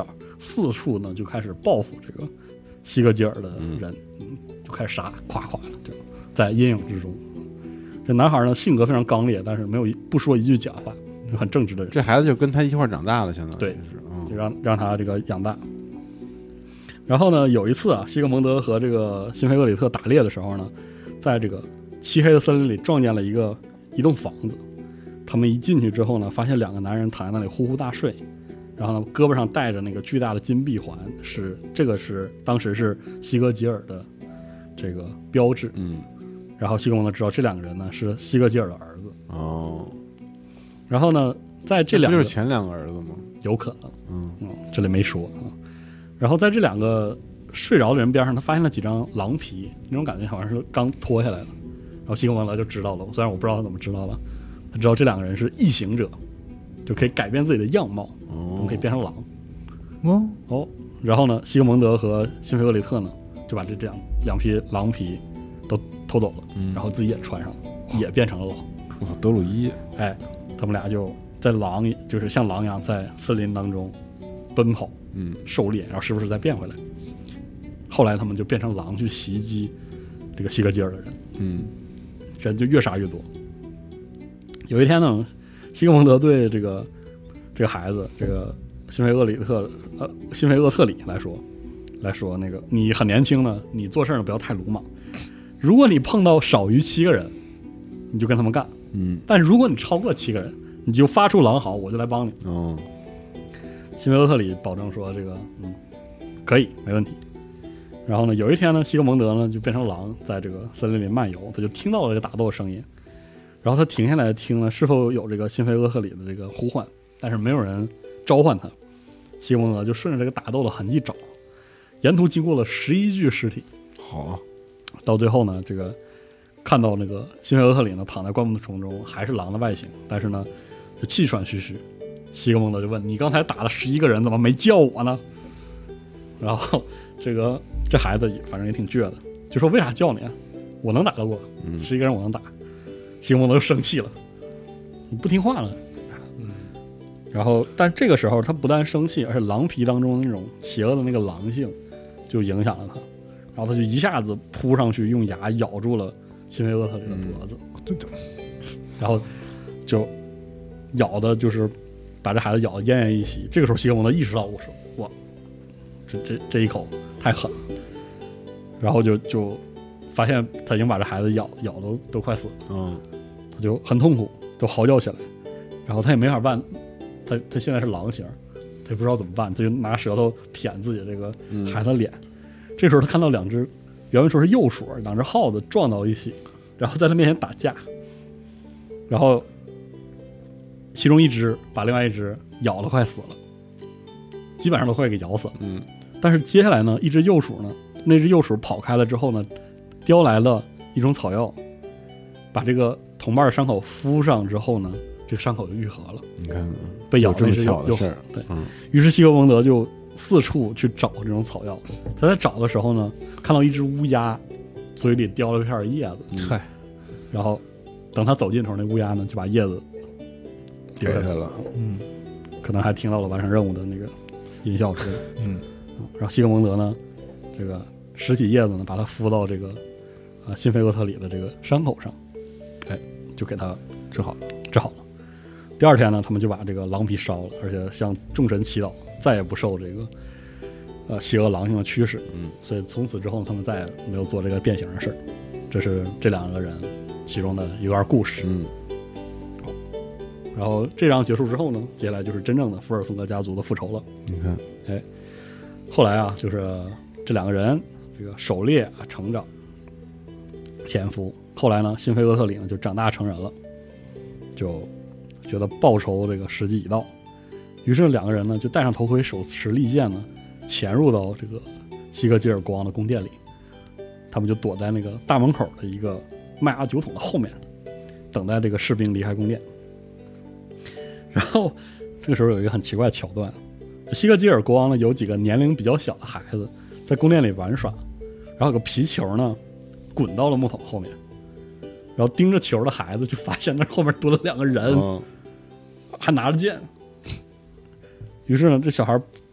B: 四处呢就开始报复这个西格吉尔的人，嗯，就开始杀，夸夸的，就在阴影之中。这男孩呢性格非常刚烈，但是没有一不说一句假话，就很正直的人。
C: 这孩子就跟他一块长大了，相当于
B: 对
C: 是，嗯、
B: 就让让他这个养大。然后呢，有一次啊，西格蒙德和这个辛菲厄里特打猎的时候呢，在这个漆黑的森林里撞见了一个一栋房子。他们一进去之后呢，发现两个男人躺在那里呼呼大睡，然后呢，胳膊上戴着那个巨大的金臂环，是这个是当时是西格吉尔的这个标志。
C: 嗯，
B: 然后西格蒙德知道这两个人呢是西格吉尔的儿子。
C: 哦，
B: 然后呢，在这两个
C: 不就是前两个儿子吗？
B: 有可能，
C: 嗯
B: 嗯，这里没说啊。然后在这两个睡着的人边上，他发现了几张狼皮，那种感觉好像是刚脱下来的。然后西格蒙德就知道了，虽然我不知道他怎么知道了，他知道这两个人是异形者，就可以改变自己的样貌，
C: 哦
B: 他们可以变成狼。
D: 哦，
B: 哦，然后呢，西格蒙德和辛菲厄里特呢，就把这这两两匹狼皮都偷走了，
C: 嗯
B: 然后自己也穿上了，也变成了狼。
C: 我操，德鲁伊，
B: 哎，他们俩就在狼，就是像狼一样在森林当中奔跑，
C: 嗯，
B: 狩猎，然后时不时再变回来。后来他们就变成狼去袭击这个西格吉尔的人，
C: 嗯，
B: 人就越杀越多。有一天呢，西格蒙德对这个这个孩子，这个辛菲厄里特呃辛菲厄特里来说来说，那个你很年轻呢，你做事呢不要太鲁莽。如果你碰到少于七个人，你就跟他们干，
C: 嗯，
B: 但如果你超过七个人，你就发出狼嚎，我就来帮你。
C: 哦，
B: 辛菲厄特里保证说这个嗯可以没问题。然后呢，有一天呢，西格蒙德呢就变成狼，在这个森林里漫游，他就听到了这个打斗的声音，然后他停下来听了是否有这个辛菲厄特里的这个呼唤，但是没有人召唤他。西格蒙德就顺着这个打斗的痕迹找，沿途经过了十一具尸体，
C: 好，
B: 到最后呢，这个看到那个辛菲厄特里呢躺在灌木丛中，还是狼的外形，但是呢就气喘吁吁。西格蒙德就问：“你刚才打了十一个人，怎么没叫我呢？”然后这个这孩子反正也挺倔的，就说：“为啥叫你啊？我能打得过，
C: 嗯，
B: 十一个人我能打。”西格蒙德就生气了：“你不听话了。”
D: 嗯，
B: 然后，但这个时候他不但生气，而且狼皮当中的那种邪恶的那个狼性就影响了他，然后他就一下子扑上去，用牙咬住了辛菲厄特里的脖子，
C: 对对，
B: 然后就咬的就是把这孩子咬得奄奄一息。这个时候西格蒙德意识到，我说哇，这这这一口太狠了，然后就就发现他已经把这孩子咬咬都都快死了，
C: 嗯，
B: 他就很痛苦，都嚎叫起来，然后他也没法办，他他现在是狼形，他也不知道怎么办，他就拿舌头舔自己这个孩子的脸。嗯、这时候他看到两只原文说是幼鼠，两只耗子撞到一起，然后在他面前打架，然后其中一只把另外一只咬得快死了，基本上都快给咬死了。
C: 嗯，
B: 但是接下来呢，一只幼鼠呢，那只幼鼠跑开了之后呢，叼来了一种草药，把这个同伴的伤口敷上之后呢，这个伤口就愈合了。
C: 你看，
B: 被咬的那只
C: 巧的事儿，
B: 对，
C: 嗯，
B: 于是西格蒙德就四处去找这种草药。他在找的时候呢，看到一只乌鸦嘴里叼了一片叶子，
D: 嗨、
B: 嗯，然后等他走近的时候，那乌鸦呢就把叶子
C: 给他了，
D: 嗯，
B: 可能还听到了完成任务的那个音效之类的，
D: 嗯，
B: 然后西格蒙德呢，这个拾起叶子呢，把它敷到这个啊辛菲厄特里的这个伤口上，哎，就给他治好了，治好了。第二天呢，他们就把这个狼皮烧了，而且向众神祈祷，再也不受这个呃邪恶狼性的驱使。
C: 嗯，
B: 所以从此之后，他们再也没有做这个变形的事儿。这是这两个人其中的一段故事。
C: 嗯，
B: 然后这章结束之后呢，接下来就是真正的福尔松格家族的复仇了。
C: 你看，
B: 哎，后来啊，就是这两个人这个狩猎啊成长，潜伏。后来呢，辛菲厄特里呢就长大成人了，就觉得报仇这个时机已到，于是两个人呢就戴上头盔，手持利剑呢，潜入到这个西格吉尔国王的宫殿里。他们就躲在那个大门口的一个麦芽酒桶的后面，等待这个士兵离开宫殿。然后这个时候有一个很奇怪的桥段，西格吉尔国王呢有几个年龄比较小的孩子在宫殿里玩耍，然后有个皮球呢滚到了木桶后面，然后盯着球的孩子就发现那后面多了两个人，
C: 哦、
B: 还拿着剑。于是呢，这小孩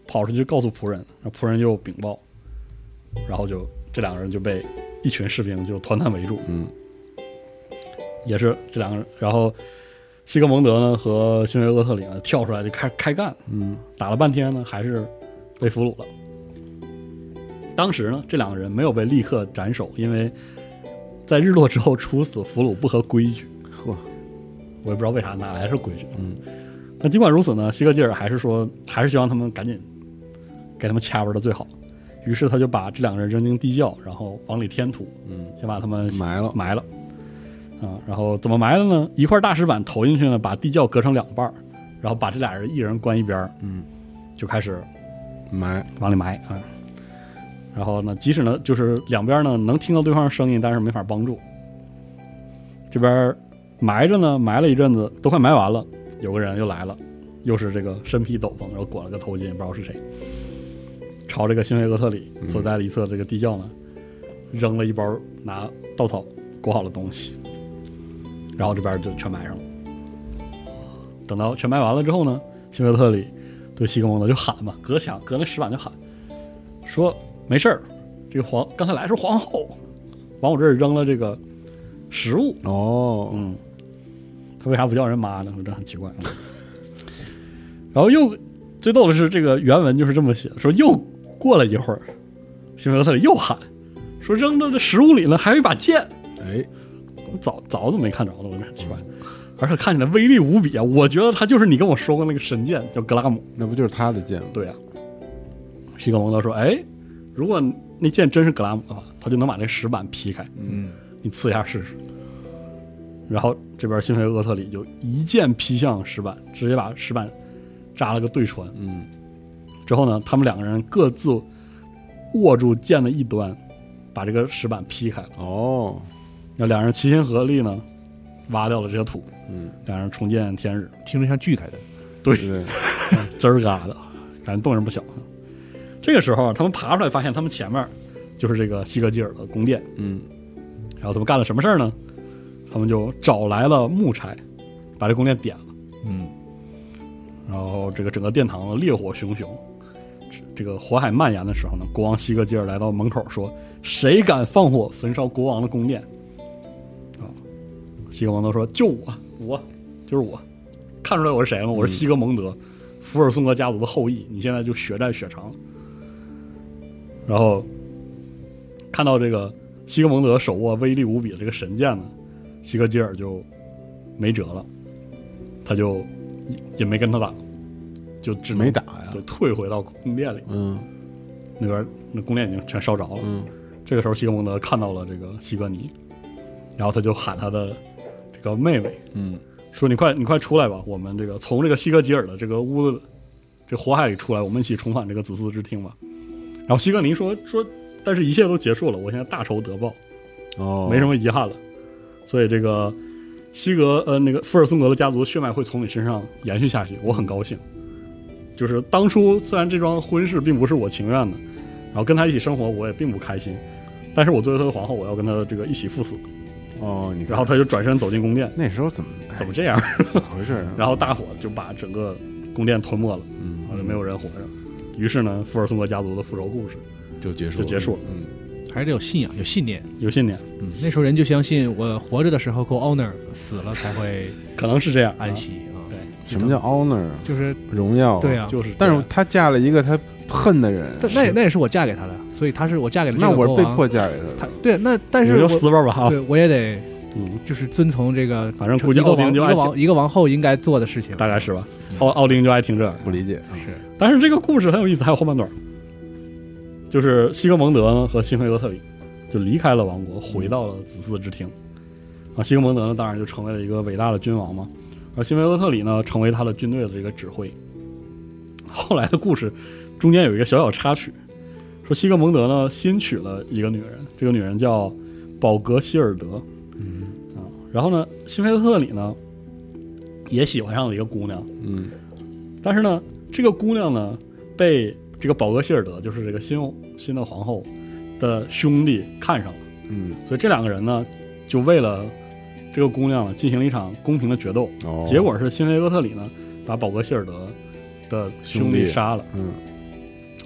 B: 跑出去告诉仆人，然后仆人又禀报，然后就这两个人就被一群士兵就团团围住，
C: 嗯，
B: 也是这两个人，然后西格蒙德呢和辛维厄特里呢跳出来就开始开干，
C: 嗯，
B: 打了半天呢还是被俘虏了。当时呢这两个人没有被立刻斩首，因为在日落之后处死俘虏不合规矩。
C: 呵，
B: 我也不知道为啥哪来是规矩。
C: 嗯，
B: 那尽管如此呢，希格基尔还是说，还是希望他们赶紧给他们掐吧的最好。于是他就把这两个人扔进地窖，然后往里添土，
C: 嗯，
B: 先把他们
C: 埋了，
B: 埋了。啊，然后怎么埋的呢？一块大石板投进去呢，把地窖隔成两半，然后把这俩人一人关一边，
C: 嗯，
B: 就开始
C: 埋，
B: 往里埋啊。然后呢，即使呢，就是两边呢能听到对方的声音，但是没法帮助。这边埋着呢，埋了一阵子，都快埋完了，有个人又来了，又是这个身披斗篷，然后裹了个头巾，不知道是谁，朝这个辛维厄特里所在的一侧这个地窖呢，扔了一包拿稻草裹好的东西，然后这边就全埋上了。等到全埋完了之后呢，辛维厄特里对西格蒙德就喊嘛，隔墙隔那石板就喊说：“没事儿，这个皇刚才来是皇后，往我这儿扔了这个食物。”
C: 哦，
B: 嗯，他为啥不叫人妈呢？我这很奇怪。然后又最逗的是，这个原文就是这么写，说又过了一会儿，辛维厄特里又喊说扔到这食物里呢，还有一把剑。
C: 哎，
B: 我早早都没看着了，我这很奇怪。而且看起来威力无比啊！我觉得他就是你跟我说过那个神剑，叫格拉姆。
C: 那不就是他的剑吗？
B: 对呀、啊。西格蒙德说：“哎，如果那剑真是格拉姆的话，他就能把这石板劈开。
C: 嗯，
B: 你刺一下试试。”然后这边辛维厄特里就一剑劈向石板，直接把石板扎了个对穿。
C: 嗯，
B: 之后呢，他们两个人各自握住剑的一端，把这个石板劈开了。
C: 哦，
B: 那两人齐心合力呢，挖掉了这些土。
C: 嗯，
B: 两人重见天日，
D: 听着像锯开的。
B: 对，
C: 对，
B: 滋儿嘎的，感觉动静不小。这个时候，他们爬出来，发现他们前面就是这个西格基尔的宫殿。
C: 嗯，
B: 然后他们干了什么事儿呢？他们就找来了木柴，把这宫殿点了。
D: 嗯，
B: 然后这个整个殿堂呢烈火熊熊，这个火海蔓延的时候呢，国王西格基尔来到门口说：“谁敢放火焚烧国王的宫殿？”啊，西格蒙德说：“就我，我就是我，看出来我是谁了吗？我是西格蒙德，福尔松格家族的后裔。你现在就血债血偿。”然后看到这个西格蒙德手握威力无比的这个神剑呢，西格基尔就没辙了，他就也没跟他打，就只能
C: 没打呀，
B: 就退回到宫殿里。
C: 嗯，
B: 那边那宫殿已经全烧着了。
C: 嗯，
B: 这个时候西格蒙德看到了这个西格尼，然后他就喊他的这个妹妹，
C: 嗯，
B: 说：“你快你快出来吧，我们这个从这个西格吉尔的这个屋子这火海里出来，我们一起重返这个子嗣之厅吧。”然后西格尼说说，但是一切都结束了，我现在大仇得报，
C: 哦，
B: 没什么遗憾了，所以这个西格呃那个福尔松格的家族血脉会从你身上延续下去，我很高兴。就是当初虽然这桩婚事并不是我情愿的，然后跟他一起生活我也并不开心，但是我作为他的皇后，我要跟他这个一起赴死。
C: 哦，你看，
B: 然后他就转身走进宫殿。
C: 那时候怎么
B: 怎么这样？
C: 怎么回事？
B: 然后大火就把整个宫殿吞没了，
C: 嗯，
B: 然后就没有人活着。于是呢，福尔松格家族的复仇故事
C: 就结束
B: 就结束了。
C: 嗯，
D: 还是得有信仰，有信念，
B: 有信念。
D: 嗯，那时候人就相信我活着的时候够 honor， 死了才会
B: 可能是这样
D: 安息啊。
B: 对，
C: 什么叫 honor？
D: 就是
C: 荣耀。
D: 对啊，
B: 就是。
C: 但是她嫁了一个她恨的人，
D: 那也那也是我嫁给他的，所以他是我嫁给了这
C: 那
D: 个国王。
C: 我是被迫嫁给他的。
D: 对，那但是
B: 你就死吧吧，
D: 对我也得。
B: 嗯，
D: 就是遵从这个，
B: 反正估计奥丁就爱
D: 一个王一个王后应该做的事情，
B: 大概是吧？奥奥丁就爱听这，
C: 不理解
D: 是。
B: 但是这个故事很有意思，还有后半段，就是西格蒙德和辛菲厄特里就离开了王国，回到了子嗣之厅。啊，西格蒙德呢，当然就成为了一个伟大的君王嘛，而辛菲厄特里呢，成为他的军队的这个指挥。后来的故事中间有一个小小插曲，说西格蒙德呢新娶了一个女人，这个女人叫保格希尔德。
C: 嗯
B: 啊，然后呢，辛菲厄特里呢也喜欢上了一个姑娘，
C: 嗯，
B: 但是呢，这个姑娘呢被这个保格希尔德，就是这个新新的皇后的兄弟看上了，
C: 嗯，
B: 所以这两个人呢就为了这个姑娘呢进行了一场公平的决斗，
C: 哦，
B: 结果是辛菲厄特里呢把保格希尔德的兄弟杀了，
C: 嗯，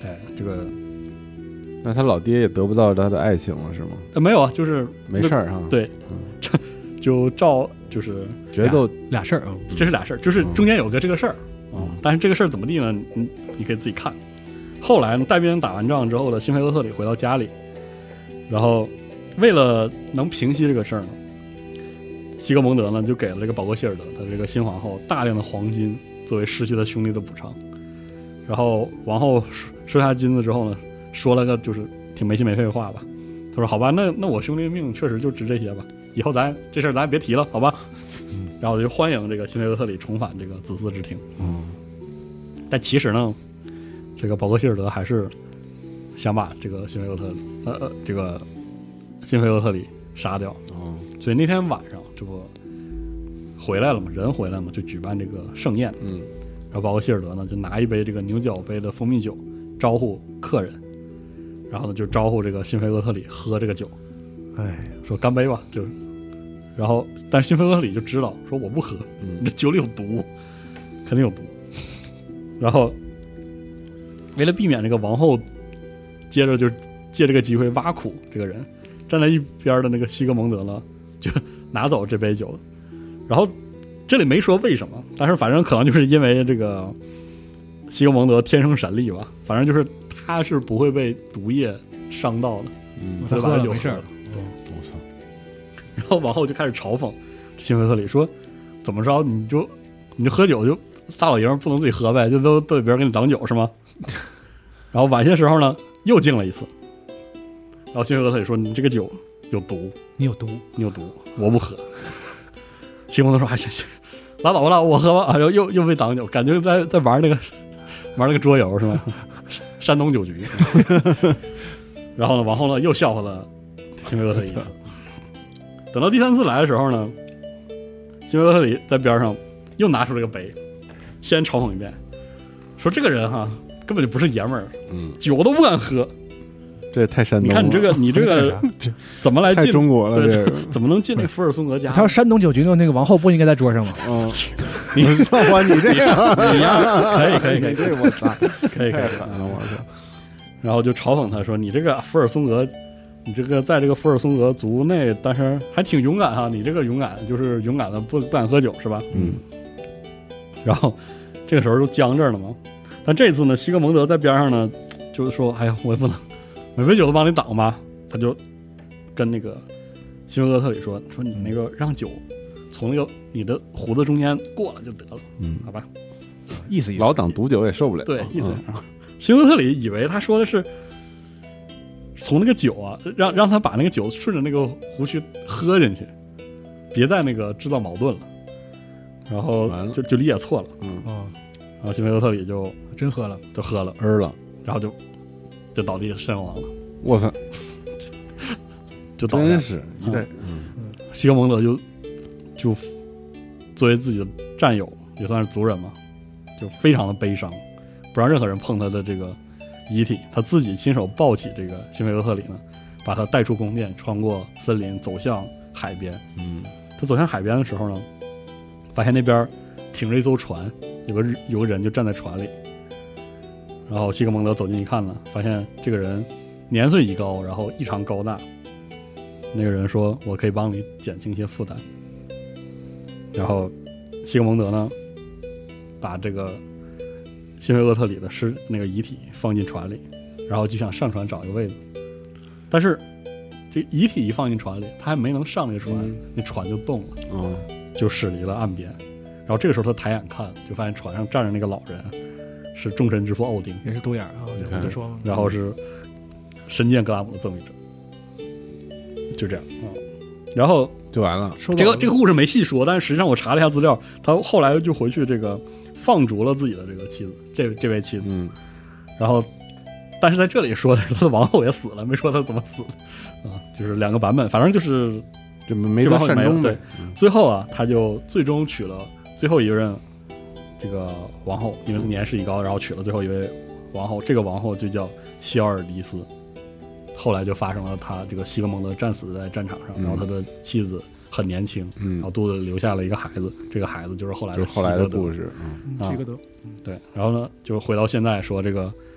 B: 哎，这个
C: 那他老爹也得不到他的爱情了，是吗？
B: 呃没有啊，就是
C: 没事儿哈。
B: 对，
C: 嗯
B: 就照就是
C: 决斗
D: 俩事儿啊，
B: 这是俩事儿，就是中间有个这个事儿，
C: 嗯
B: 但是这个事儿怎么地呢？你你可以自己看。后来呢，带兵打完仗之后呢，辛菲厄特里回到家里，然后为了能平息这个事儿呢，西格蒙德呢就给了这个保罗希尔德他这个新皇后大量的黄金作为失去他兄弟的补偿。然后王后收下金子之后呢，说了个就是挺没心没肺的话吧，他说：“好吧，那那我兄弟的命确实就值这些吧，以后咱这事儿咱也别提了，好吧？”然后就欢迎这个辛菲厄特里重返这个子嗣之庭。
C: 嗯，
B: 但其实呢，这个保罗希尔德还是想把这个辛菲厄特呃呃这个辛菲厄特里杀掉。
C: 哦，
B: 所以那天晚上这不回来了嘛，人回来嘛，就举办这个盛宴。
C: 嗯，
B: 然后保罗希尔德呢就拿一杯这个牛角杯的蜂蜜酒招呼客人，然后呢就招呼这个辛菲厄特里喝这个酒，
D: 哎，
B: 说干杯吧，就是。然后但是辛菲厄特里就知道说我不喝，
C: 嗯
B: 你这酒里有毒，肯定有毒。然后为了避免这个王后接着就借这个机会挖苦这个人，站在一边的那个西格蒙德呢就拿走这杯酒。然后这里没说为什么，但是反正可能就是因为这个西格蒙德天生神力吧，反正就是他是不会被毒液伤到的，
C: 嗯，
B: 他就把这酒
D: 没事了
B: 喝了。
C: 我操，
B: 然后王后就开始嘲讽辛菲特里说：“怎么着你就你就喝酒就大老爷们不能自己喝呗，就都都得别人给你挡酒是吗？”然后晚些时候呢又敬了一次，然后辛菲特里说：“你这个酒有毒，
D: 你有毒，
B: 你有毒，我不喝。”西蒙德说：“哎行行，拉倒吧，拉倒我喝吧。”然后又又被挡酒，感觉在在玩那个玩那个桌游是吗？山东酒局。然后呢，王后呢又笑话了辛菲厄特里一次。等到第三次来的时候呢，辛菲厄特里在边上又拿出了个杯，先嘲讽一遍，说这个人哈根本就不是爷们儿，
C: 嗯，
B: 酒都不敢喝。
C: 这也太山东了。
B: 你看你这个你这个怎么来进
C: 太中国了，
B: 对
C: 这个。
B: 怎么能进那个福尔松格家？
E: 他要山东酒局的那个王后不应该在桌上吗？
C: 嗯，你算我你这个，
B: 你呀，可以可以可以，
C: 你这我操，
B: 可以可以
C: 太。狠了，我操！
B: 然后就嘲讽他说：“你这个福尔松格，你这个在这个福尔松格族内，但是还挺勇敢哈。你这个勇敢就是勇敢的不不敢喝酒是吧？”
C: 嗯。
B: 然后这个时候就僵这儿了嘛。但这次呢，西格蒙德在边上呢，就是说：“哎呀，我也不能每杯酒都帮你挡吧。”他就跟那个辛菲厄特里说：“说你那个让酒从那个你的胡子中间过了就得了，
C: 嗯，
B: 好吧？”
E: 意思意思。
C: 老挡毒酒也受不了。
B: 对，意思
C: 嗯
B: 啊。辛菲厄特里以为他说的是从那个酒啊，让让他把那个酒顺着那个胡须喝进去，别再那个制造矛盾了。然后
C: 完了
B: 就就理解错了，
C: 嗯，
E: 啊，
B: 然后辛菲厄特里就
E: 真喝了。
B: 就喝了，
C: 儿了，
B: 然后就就倒地身亡了，
C: 我操，
B: 就倒下了
C: 真是一代，嗯
B: 西格蒙德就就作为自己的战友，也算是族人嘛，就非常的悲伤，不让任何人碰他的这个遗体，他自己亲手抱起这个辛菲厄特里呢，把他带出宫殿，穿过森林，走向海边。
C: 嗯
B: 他走向海边的时候呢，发现那边停着一艘船，有个日有个人就站在船里。然后西格蒙德走近一看呢，发现这个人年岁已高，然后异常高大。那个人说：“我可以帮你减轻一些负担。”然后西格蒙德呢，把这个辛菲厄特里的尸那个遗体放进船里，然后就想上船找一个位子，但是这遗体一放进船里，他还没能上那个船，
C: 嗯
B: 那船就动了，
C: 哦，
B: 就驶离了岸边。然后这个时候他抬眼看，就发现船上站着那个老人，是众神之父奥丁，
E: 也是独眼啊，
C: 你看
E: 我就说嘛，
B: 然后是神剑格拉姆的赠予者，就这样啊、嗯。然后
C: 就完了。
E: 说
B: 这个这个故事没细说，但是实际上我查了一下资料，他后来就回去这个放逐了自己的这个妻子，这这位妻子，
C: 嗯，
B: 然后但是在这里说的他的王后也死了，没说他怎么死的啊，就是两个版本，反正就是
C: 就没得善终呗。
B: 最后啊，他就最终娶了最后一任这个王后，因为他年事已高，然后娶了最后一位王后，这个王后就叫希奥尔迪斯。后来就发生了他这个西格蒙德战死在战场上，
C: 嗯
B: 然后他的妻子很年轻，
C: 嗯
B: 然后肚子里留下了一个孩子，这个孩子就是后来的
C: 就是后来的
B: 希格德
C: 故事。嗯
B: 啊
E: 西格德，
B: 对，然后呢，就回到现在说这个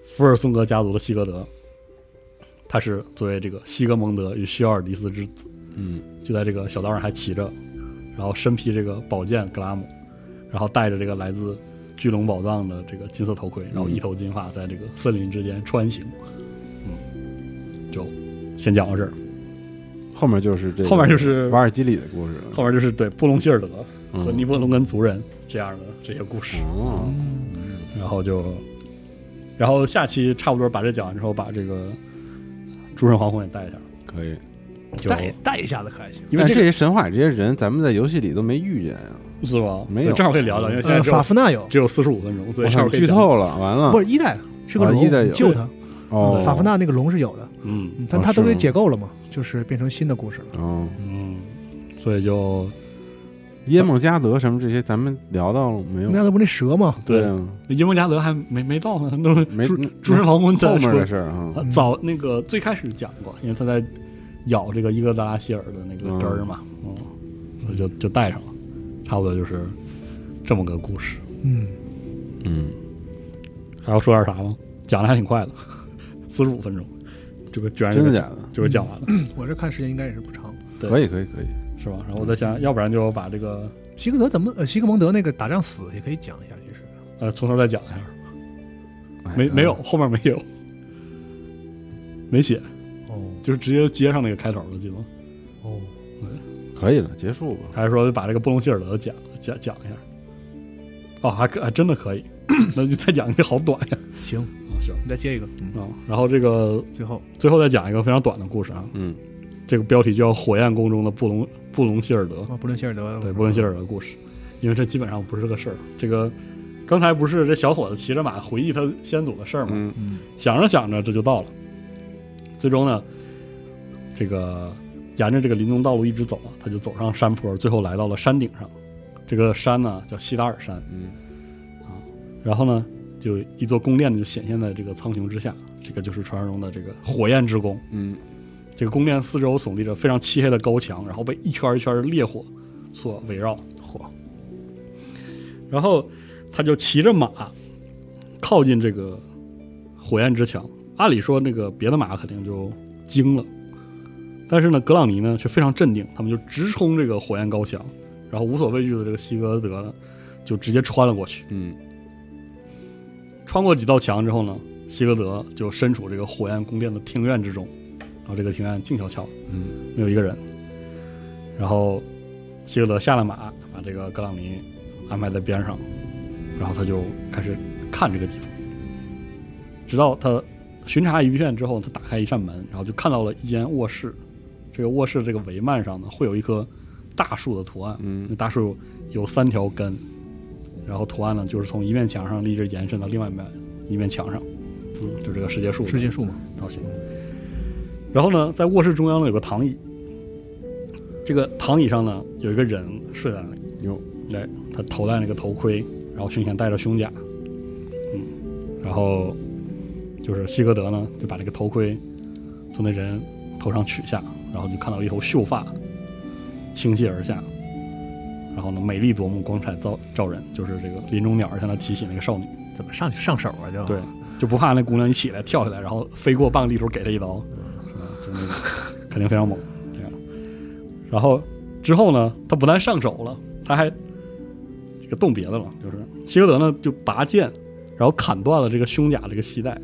B: 福尔松格家族的西格德，他是作为这个西格蒙德与薛奥尔迪斯之子，
C: 嗯，
B: 就在这个小道上还骑着，然后身披这个宝剑格拉姆，然后戴着这个来自巨龙宝藏的这个金色头盔，然后一头金发在这个森林之间穿行。嗯，就先讲到这儿，
C: 后面就是这个
B: 后面就是
C: 瓦尔基里的故事了。
B: 后面就是对布隆希尔德和
C: 嗯
B: 尼伯龙根族人这样的这些故事。
C: 哦，
B: 然后就，然后下期差不多把这讲完之后，把这个诸神黄昏也带一下，
C: 可以。
B: 就
E: 带带一下子可还行。
C: 但这
B: 因为这个
C: 些神话这些人，咱们在游戏里都没遇见呀。
B: 是吧？
C: 没有
B: 正好可以聊聊，因为现在
E: 呃，
B: 只有
E: 法夫纳有，
B: 只有四十五分钟，所以
C: 我操，剧
B: 正好可以讲。
C: 透了，完了。
E: 不是一代是个龙，
C: 啊一代有
E: 你救他。
C: 哦，
E: 法夫纳那个龙是有的，
B: 嗯
E: 嗯但
C: 哦
E: 他都给
C: 是吗
E: 解构了嘛，就是变成新的故事了。
C: 哦，
B: 嗯，所以就
C: 耶梦加德什么这些，咱们聊到了没有？
E: 那那不那蛇吗？
B: 对
C: 啊，
B: 耶梦加德还没没到呢，都是
C: 没
B: 诸诸神黄昏
C: 后面的
B: 说
C: 事儿啊。
B: 啊早那个最开始讲过，因为他在咬这个伊戈达拉希尔的那个根儿嘛，嗯，所以就就带上了，差不多就是这么个故事。
E: 嗯，
C: 嗯，
B: 还要说点啥吗？讲的还挺快的，四十五分钟，这个居然就给
C: 真的假的？
B: 就给讲完了，
E: 我这看时间应该也是不长。
B: 对
C: 可以，可以，可以。
B: 是吧？然后我在想，要不然就把这个
E: 西格德怎么呃西格蒙德那个打仗死也可以讲一下，就是
B: 呃从头再讲一下，
C: 哎
B: 没没有，后面没有，没写，
E: 哦
B: 就是直接接上那个开头了，记得吗？
E: 哦，
C: 可以了，结束吧。
B: 还是说把这个布隆希尔德讲讲讲一下？哦，还可还真的可以，那就再讲一个，好短呀！
E: 行，
B: 啊，行
E: 你再接一个，嗯，
B: 啊，然后这个
E: 最后
B: 最后再讲一个非常短的故事啊，
C: 嗯，
B: 这个标题叫《火焰宫中的布隆布隆希尔德》。
E: 啊，布伦希尔德，
B: 对，布伦希尔德的故事，因为这基本上不是个事儿。这个刚才不是这小伙子骑着马回忆他先祖的事儿吗？
C: 嗯
E: 嗯
B: 想着想着这就到了，最终呢，这个沿着这个林中道路一直走啊，他就走上山坡，最后来到了山顶上。这个山呢叫西达尔山，
C: 嗯
B: 然后呢，就一座宫殿就显现在这个苍穹之下，这个就是传说中的这个火焰之宫。
C: 嗯
B: 这个宫殿四周耸立着非常漆黑的高墙，然后被一圈一圈的烈火所围绕。火，然后他就骑着马靠近这个火焰之墙。按理说，那个别的马肯定就惊了，但是呢，格朗尼呢却非常镇定，他们就直冲这个火焰高墙，然后无所畏惧的这个西格德呢就直接穿了过去。
C: 嗯
B: 穿过几道墙之后呢，西格德就身处这个火焰宫殿的庭院之中，然后这个庭院静悄悄，
C: 嗯
B: 没有一个人。然后西格德下了马，把这个格朗尼安排在边上，然后他就开始看这个地方，直到他巡查一遍之后，他打开一扇门，然后就看到了一间卧室。这个卧室这个帷幔上呢，会有一棵大树的图案，
C: 嗯
B: 那大树有三条根，然后图案呢就是从一面墙上一直延伸到另外一面一面墙上，嗯，就这个世界树的
E: 世界树嘛，
B: 造型。然后呢，在卧室中央呢有个躺椅，这个躺椅上呢有一个人睡在那里，
C: 有
B: 对，他头戴那个头盔，然后胸前带着胸甲，嗯，然后就是西格德呢就把这个头盔从那人头上取下，然后就看到一头秀发倾泻而下，然后呢美丽夺目，光彩照照人，就是这个林中鸟向他提起那个少女，
E: 怎么上上手啊？就
B: 对，就不怕那姑娘一起来跳下来，然后飞过半个地图给他一刀，是吧？就那个肯定非常猛，这样。然后之后呢，他不但上手了，他还这个动别的了，就是希格德呢就拔剑，然后砍断了这个胸甲这个系带，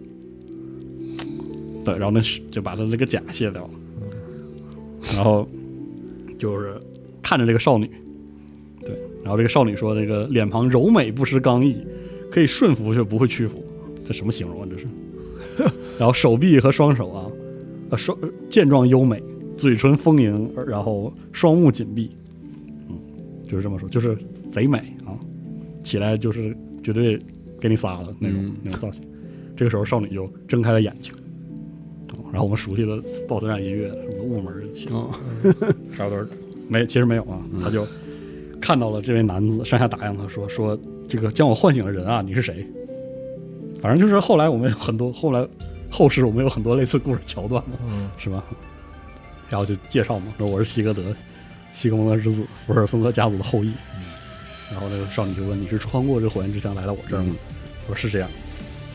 B: 对，然后那就把他这个甲卸掉了，然后就是看着这个少女，对，然后这个少女说：“这个脸庞柔美不失刚毅，可以顺服却不会屈服。”这什么形容啊？这是。然后手臂和双手啊，呃，双健壮优美，嘴唇丰盈，然后双目紧闭，嗯，就是这么说，就是贼美啊，起来就是绝对给你撒了那种、
C: 嗯、
B: 那种造型。这个时候少女就睁开了眼睛，然后我们熟悉的 B O S S 战音乐，什么雾门起，
C: 哦，
B: 啥都是没，其实没有啊，他就看到了这位男子，上下打量他说说这个将我唤醒的人啊，你是谁？反正就是后来我们有很多后来后世我们有很多类似故事桥段嘛，
E: 嗯，
B: 是吧？然后就介绍嘛，说我是西格德，西格蒙德之子，福尔松格家族的后裔。嗯、然后那个少女就问：“你是穿过这火焰之墙来到我这儿吗？”我、嗯、说：“是这样。”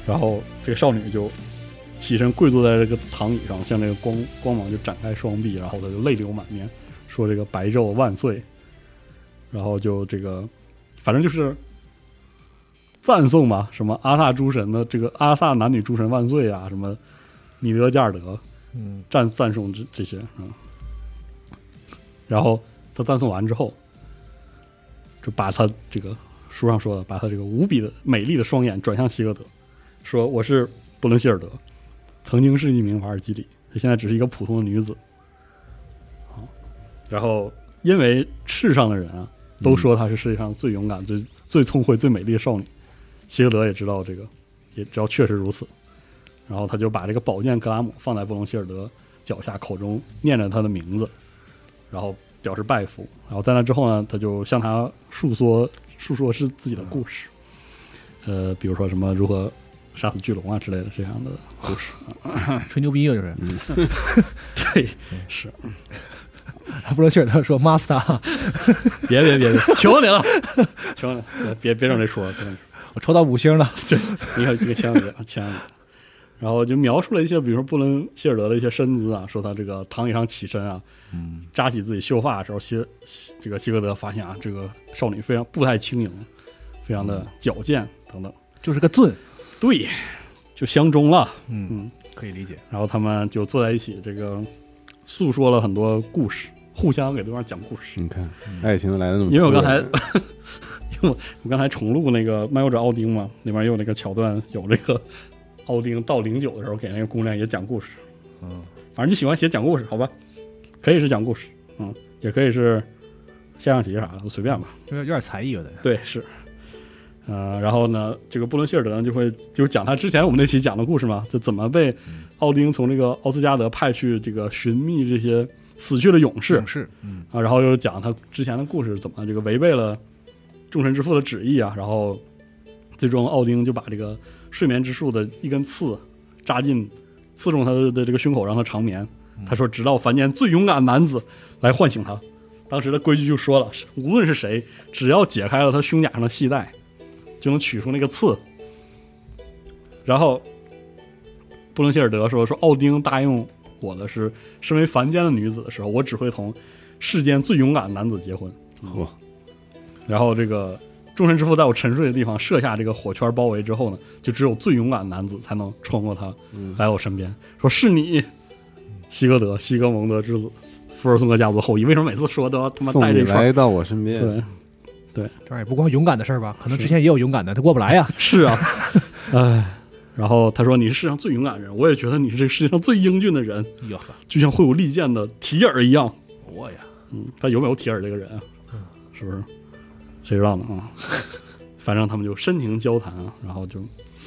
B: 然后这个少女就起身跪坐在这个躺椅上，向这个光光芒就展开双臂，然后他就泪流满面，说这个白昼万岁，然后就这个反正就是赞颂吧，什么阿萨诸神的这个阿萨男女诸神万岁啊，什么米德加尔德，
E: 嗯，
B: 赞赞颂这这些啊、嗯。然后他赞颂完之后，就把他这个书上说的，把他这个无比的美丽的双眼转向希格德，说我是布伦希尔德，曾经是一名瓦尔基里，现在只是一个普通的女子。好，然后因为世上的人啊都说她是世界上最勇敢、最最聪慧、最美丽的少女，希格德也知道这个，也知道确实如此。然后他就把这个宝剑格拉姆放在布隆希尔德脚下，口中念着他的名字，然后表示拜服。然后在那之后呢，他就向他述说述说是自己的故事，呃，比如说什么如何杀死巨龙啊之类的这样的故事啊，
E: 吹牛逼啊，就是。
B: 嗯、对，是。
E: 布伦希尔德说 ：“Master，
B: 别别别别，求你了，求你了，别别整这说，别整这说，
E: 我抽到五星了。
B: 对，你可这个千万别，千万别。”然后就描述了一些，比如说布伦希尔德的一些身姿啊，说他这个躺椅上起身啊，嗯，扎起自己秀发的时候，希这个希格德发现啊，这个少女非常步态轻盈，非常的矫健等等，
E: 就是个尊，
B: 对，就相中了，
E: 嗯
B: 嗯，
E: 可以理解。
B: 然后他们就坐在一起，这个诉说了很多故事，互相给对方讲故事。
C: 你看，爱情来的那么，
B: 因为我刚才，因为我我刚才重录那个《漫游者奥丁》嘛，里面也有那个桥段，有这个。奥丁到零九的时候给那个姑娘也讲故事，嗯，反正就喜欢写讲故事，好吧，可以是讲故事，嗯，也可以是下象棋啥的，随便吧，
E: 有点有点才艺了，
B: 对，是，呃，然后呢，这个布伦希尔德就会就讲他之前我们那期讲的故事嘛，就怎么被奥丁从这个奥斯加德派去这个寻觅这些死去的勇士，
E: 勇士，嗯
B: 啊，然后又讲他之前的故事怎么这个违背了众神之父的旨意啊，然后最终奥丁就把这个睡眠之术的一根刺扎进刺中他的这个胸口，让他长眠。他说直到凡间最勇敢的男子来唤醒他。当时的规矩就说了，无论是谁，只要解开了他胸甲上的系带，就能取出那个刺。然后布伦希尔德说说奥丁答应我的是，身为凡间的女子的时候，我只会同世间最勇敢的男子结婚。
C: 嗯、
B: 然后这个众神之父在我沉睡的地方设下这个火圈包围之后呢，就只有最勇敢的男子才能穿过它来我身边，嗯、说是你希格德，西格蒙德之子，福尔松格家族后裔。为什么每次说都要他妈带这串
C: 来到我身边？
B: 对对，
E: 这也不光勇敢的事儿吧，可能之前也有勇敢的，他过不来呀。
B: 是啊，哎，然后他说你是世上最勇敢的人，我也觉得你是这个世界上最英俊的人，
E: 哟，
B: 就像挥舞利剑的提尔一样。
E: 我呀，
B: 嗯，他有没有提尔这个人啊？是不是？谁知道呢啊？反正他们就深情交谈啊，然后就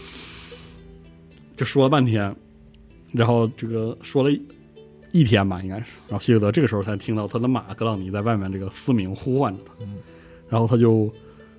B: 就说了半天，然后这个说了一一天吧，应该是。然后希格德这个时候才听到他的马格朗尼在外面这个嘶鸣呼唤着他，嗯、然后他就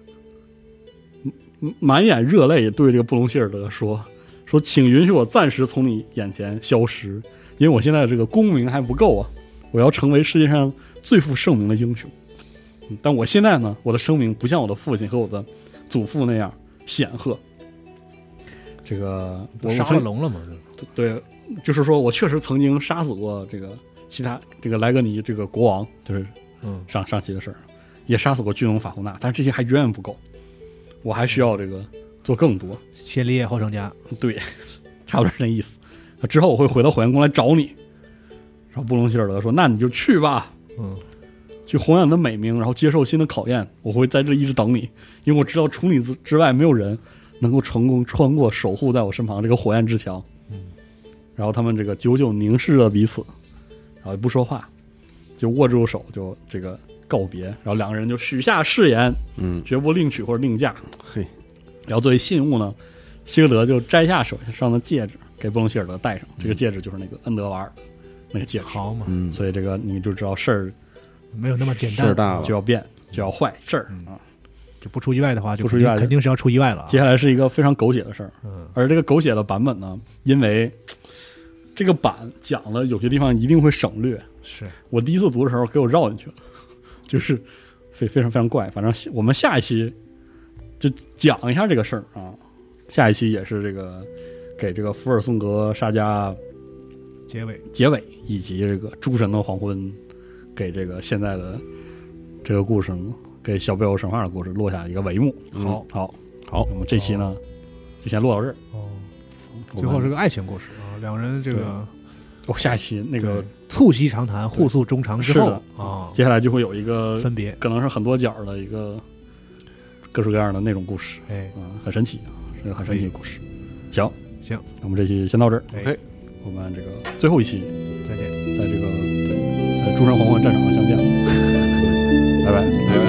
B: 满眼热泪对这个布隆希尔德说：“说请允许我暂时从你眼前消失，因为我现在这个功名还不够啊，我要成为世界上最负盛名的英雄。嗯、但我现在呢，我的声名不像我的父亲和我的祖父那样显赫。这个我
E: 杀了龙了嘛？
B: 对，就是说我确实曾经杀死过这个其他这个莱格尼这个国王，就是
E: 嗯
B: 上上期的事儿，也杀死过巨龙法胡纳，但是这些还远远不够，我还需要这个做更多。
E: 先立业后成家，
B: 对，差不多是这意思。之后我会回到火焰宫来找你。然后布隆希尔德说：“那你就去吧，
E: 嗯，
B: 去弘扬你的美名，然后接受新的考验。我会在这里一直等你，因为我知道除你之之外，没有人能够成功穿过守护在我身旁这个火焰之墙。”嗯，然后他们这个久久凝视着彼此，然后也不说话，就握住手，就这个告别。然后两个人就许下誓言，
C: 嗯，
B: 绝不另娶或者另嫁。
C: 嘿，
B: 然后作为信物呢，希格德就摘下手上的戒指给布隆希尔德戴上，这个戒指就是那个恩德瓦尔的那个戒指。
E: 好嘛，
C: 嗯，
B: 所以这个你就知道事儿
E: 没有那么简单，
C: 事儿大了
B: 就要变，就要坏事儿、嗯、啊。
E: 就不出意外的话，就
B: 不出意外
E: 肯定是要出意外了、啊。
B: 接下来是一个非常狗血的事儿，
E: 嗯，
B: 而这个狗血的版本呢，因为这个版讲了有些地方一定会省略，
E: 是
B: 我第一次读的时候给我绕进去了，就是非非常非常怪。反正我们下一期就讲一下这个事儿啊， 下一期也是这个给这个福尔松格沙加
E: 结尾
B: 结尾，以及这个诸神的黄昏给这个现在的这个故事，给小贝欧神话的故事落下一个帷幕。
C: 好，
B: 好，好，我们这期呢就先落到这儿。
E: 哦，最后是个爱情故事啊，两人这个
B: 哦，下一期那个
E: 促膝长谈，互诉衷肠之后
B: 是
E: 啊，
B: 接下来就会有一个
E: 分别，
B: 可能是很多角的一个各式各样的那种故事，
E: 哎，
B: 嗯，很神奇，是个很神奇的故事。行
E: 行，
B: 那我们这期先到这儿。
E: 哎，
B: 我们这个最后一期
E: 再见，
B: 在这个对在诸神黄昏战场上相见，拜拜，
C: 拜拜。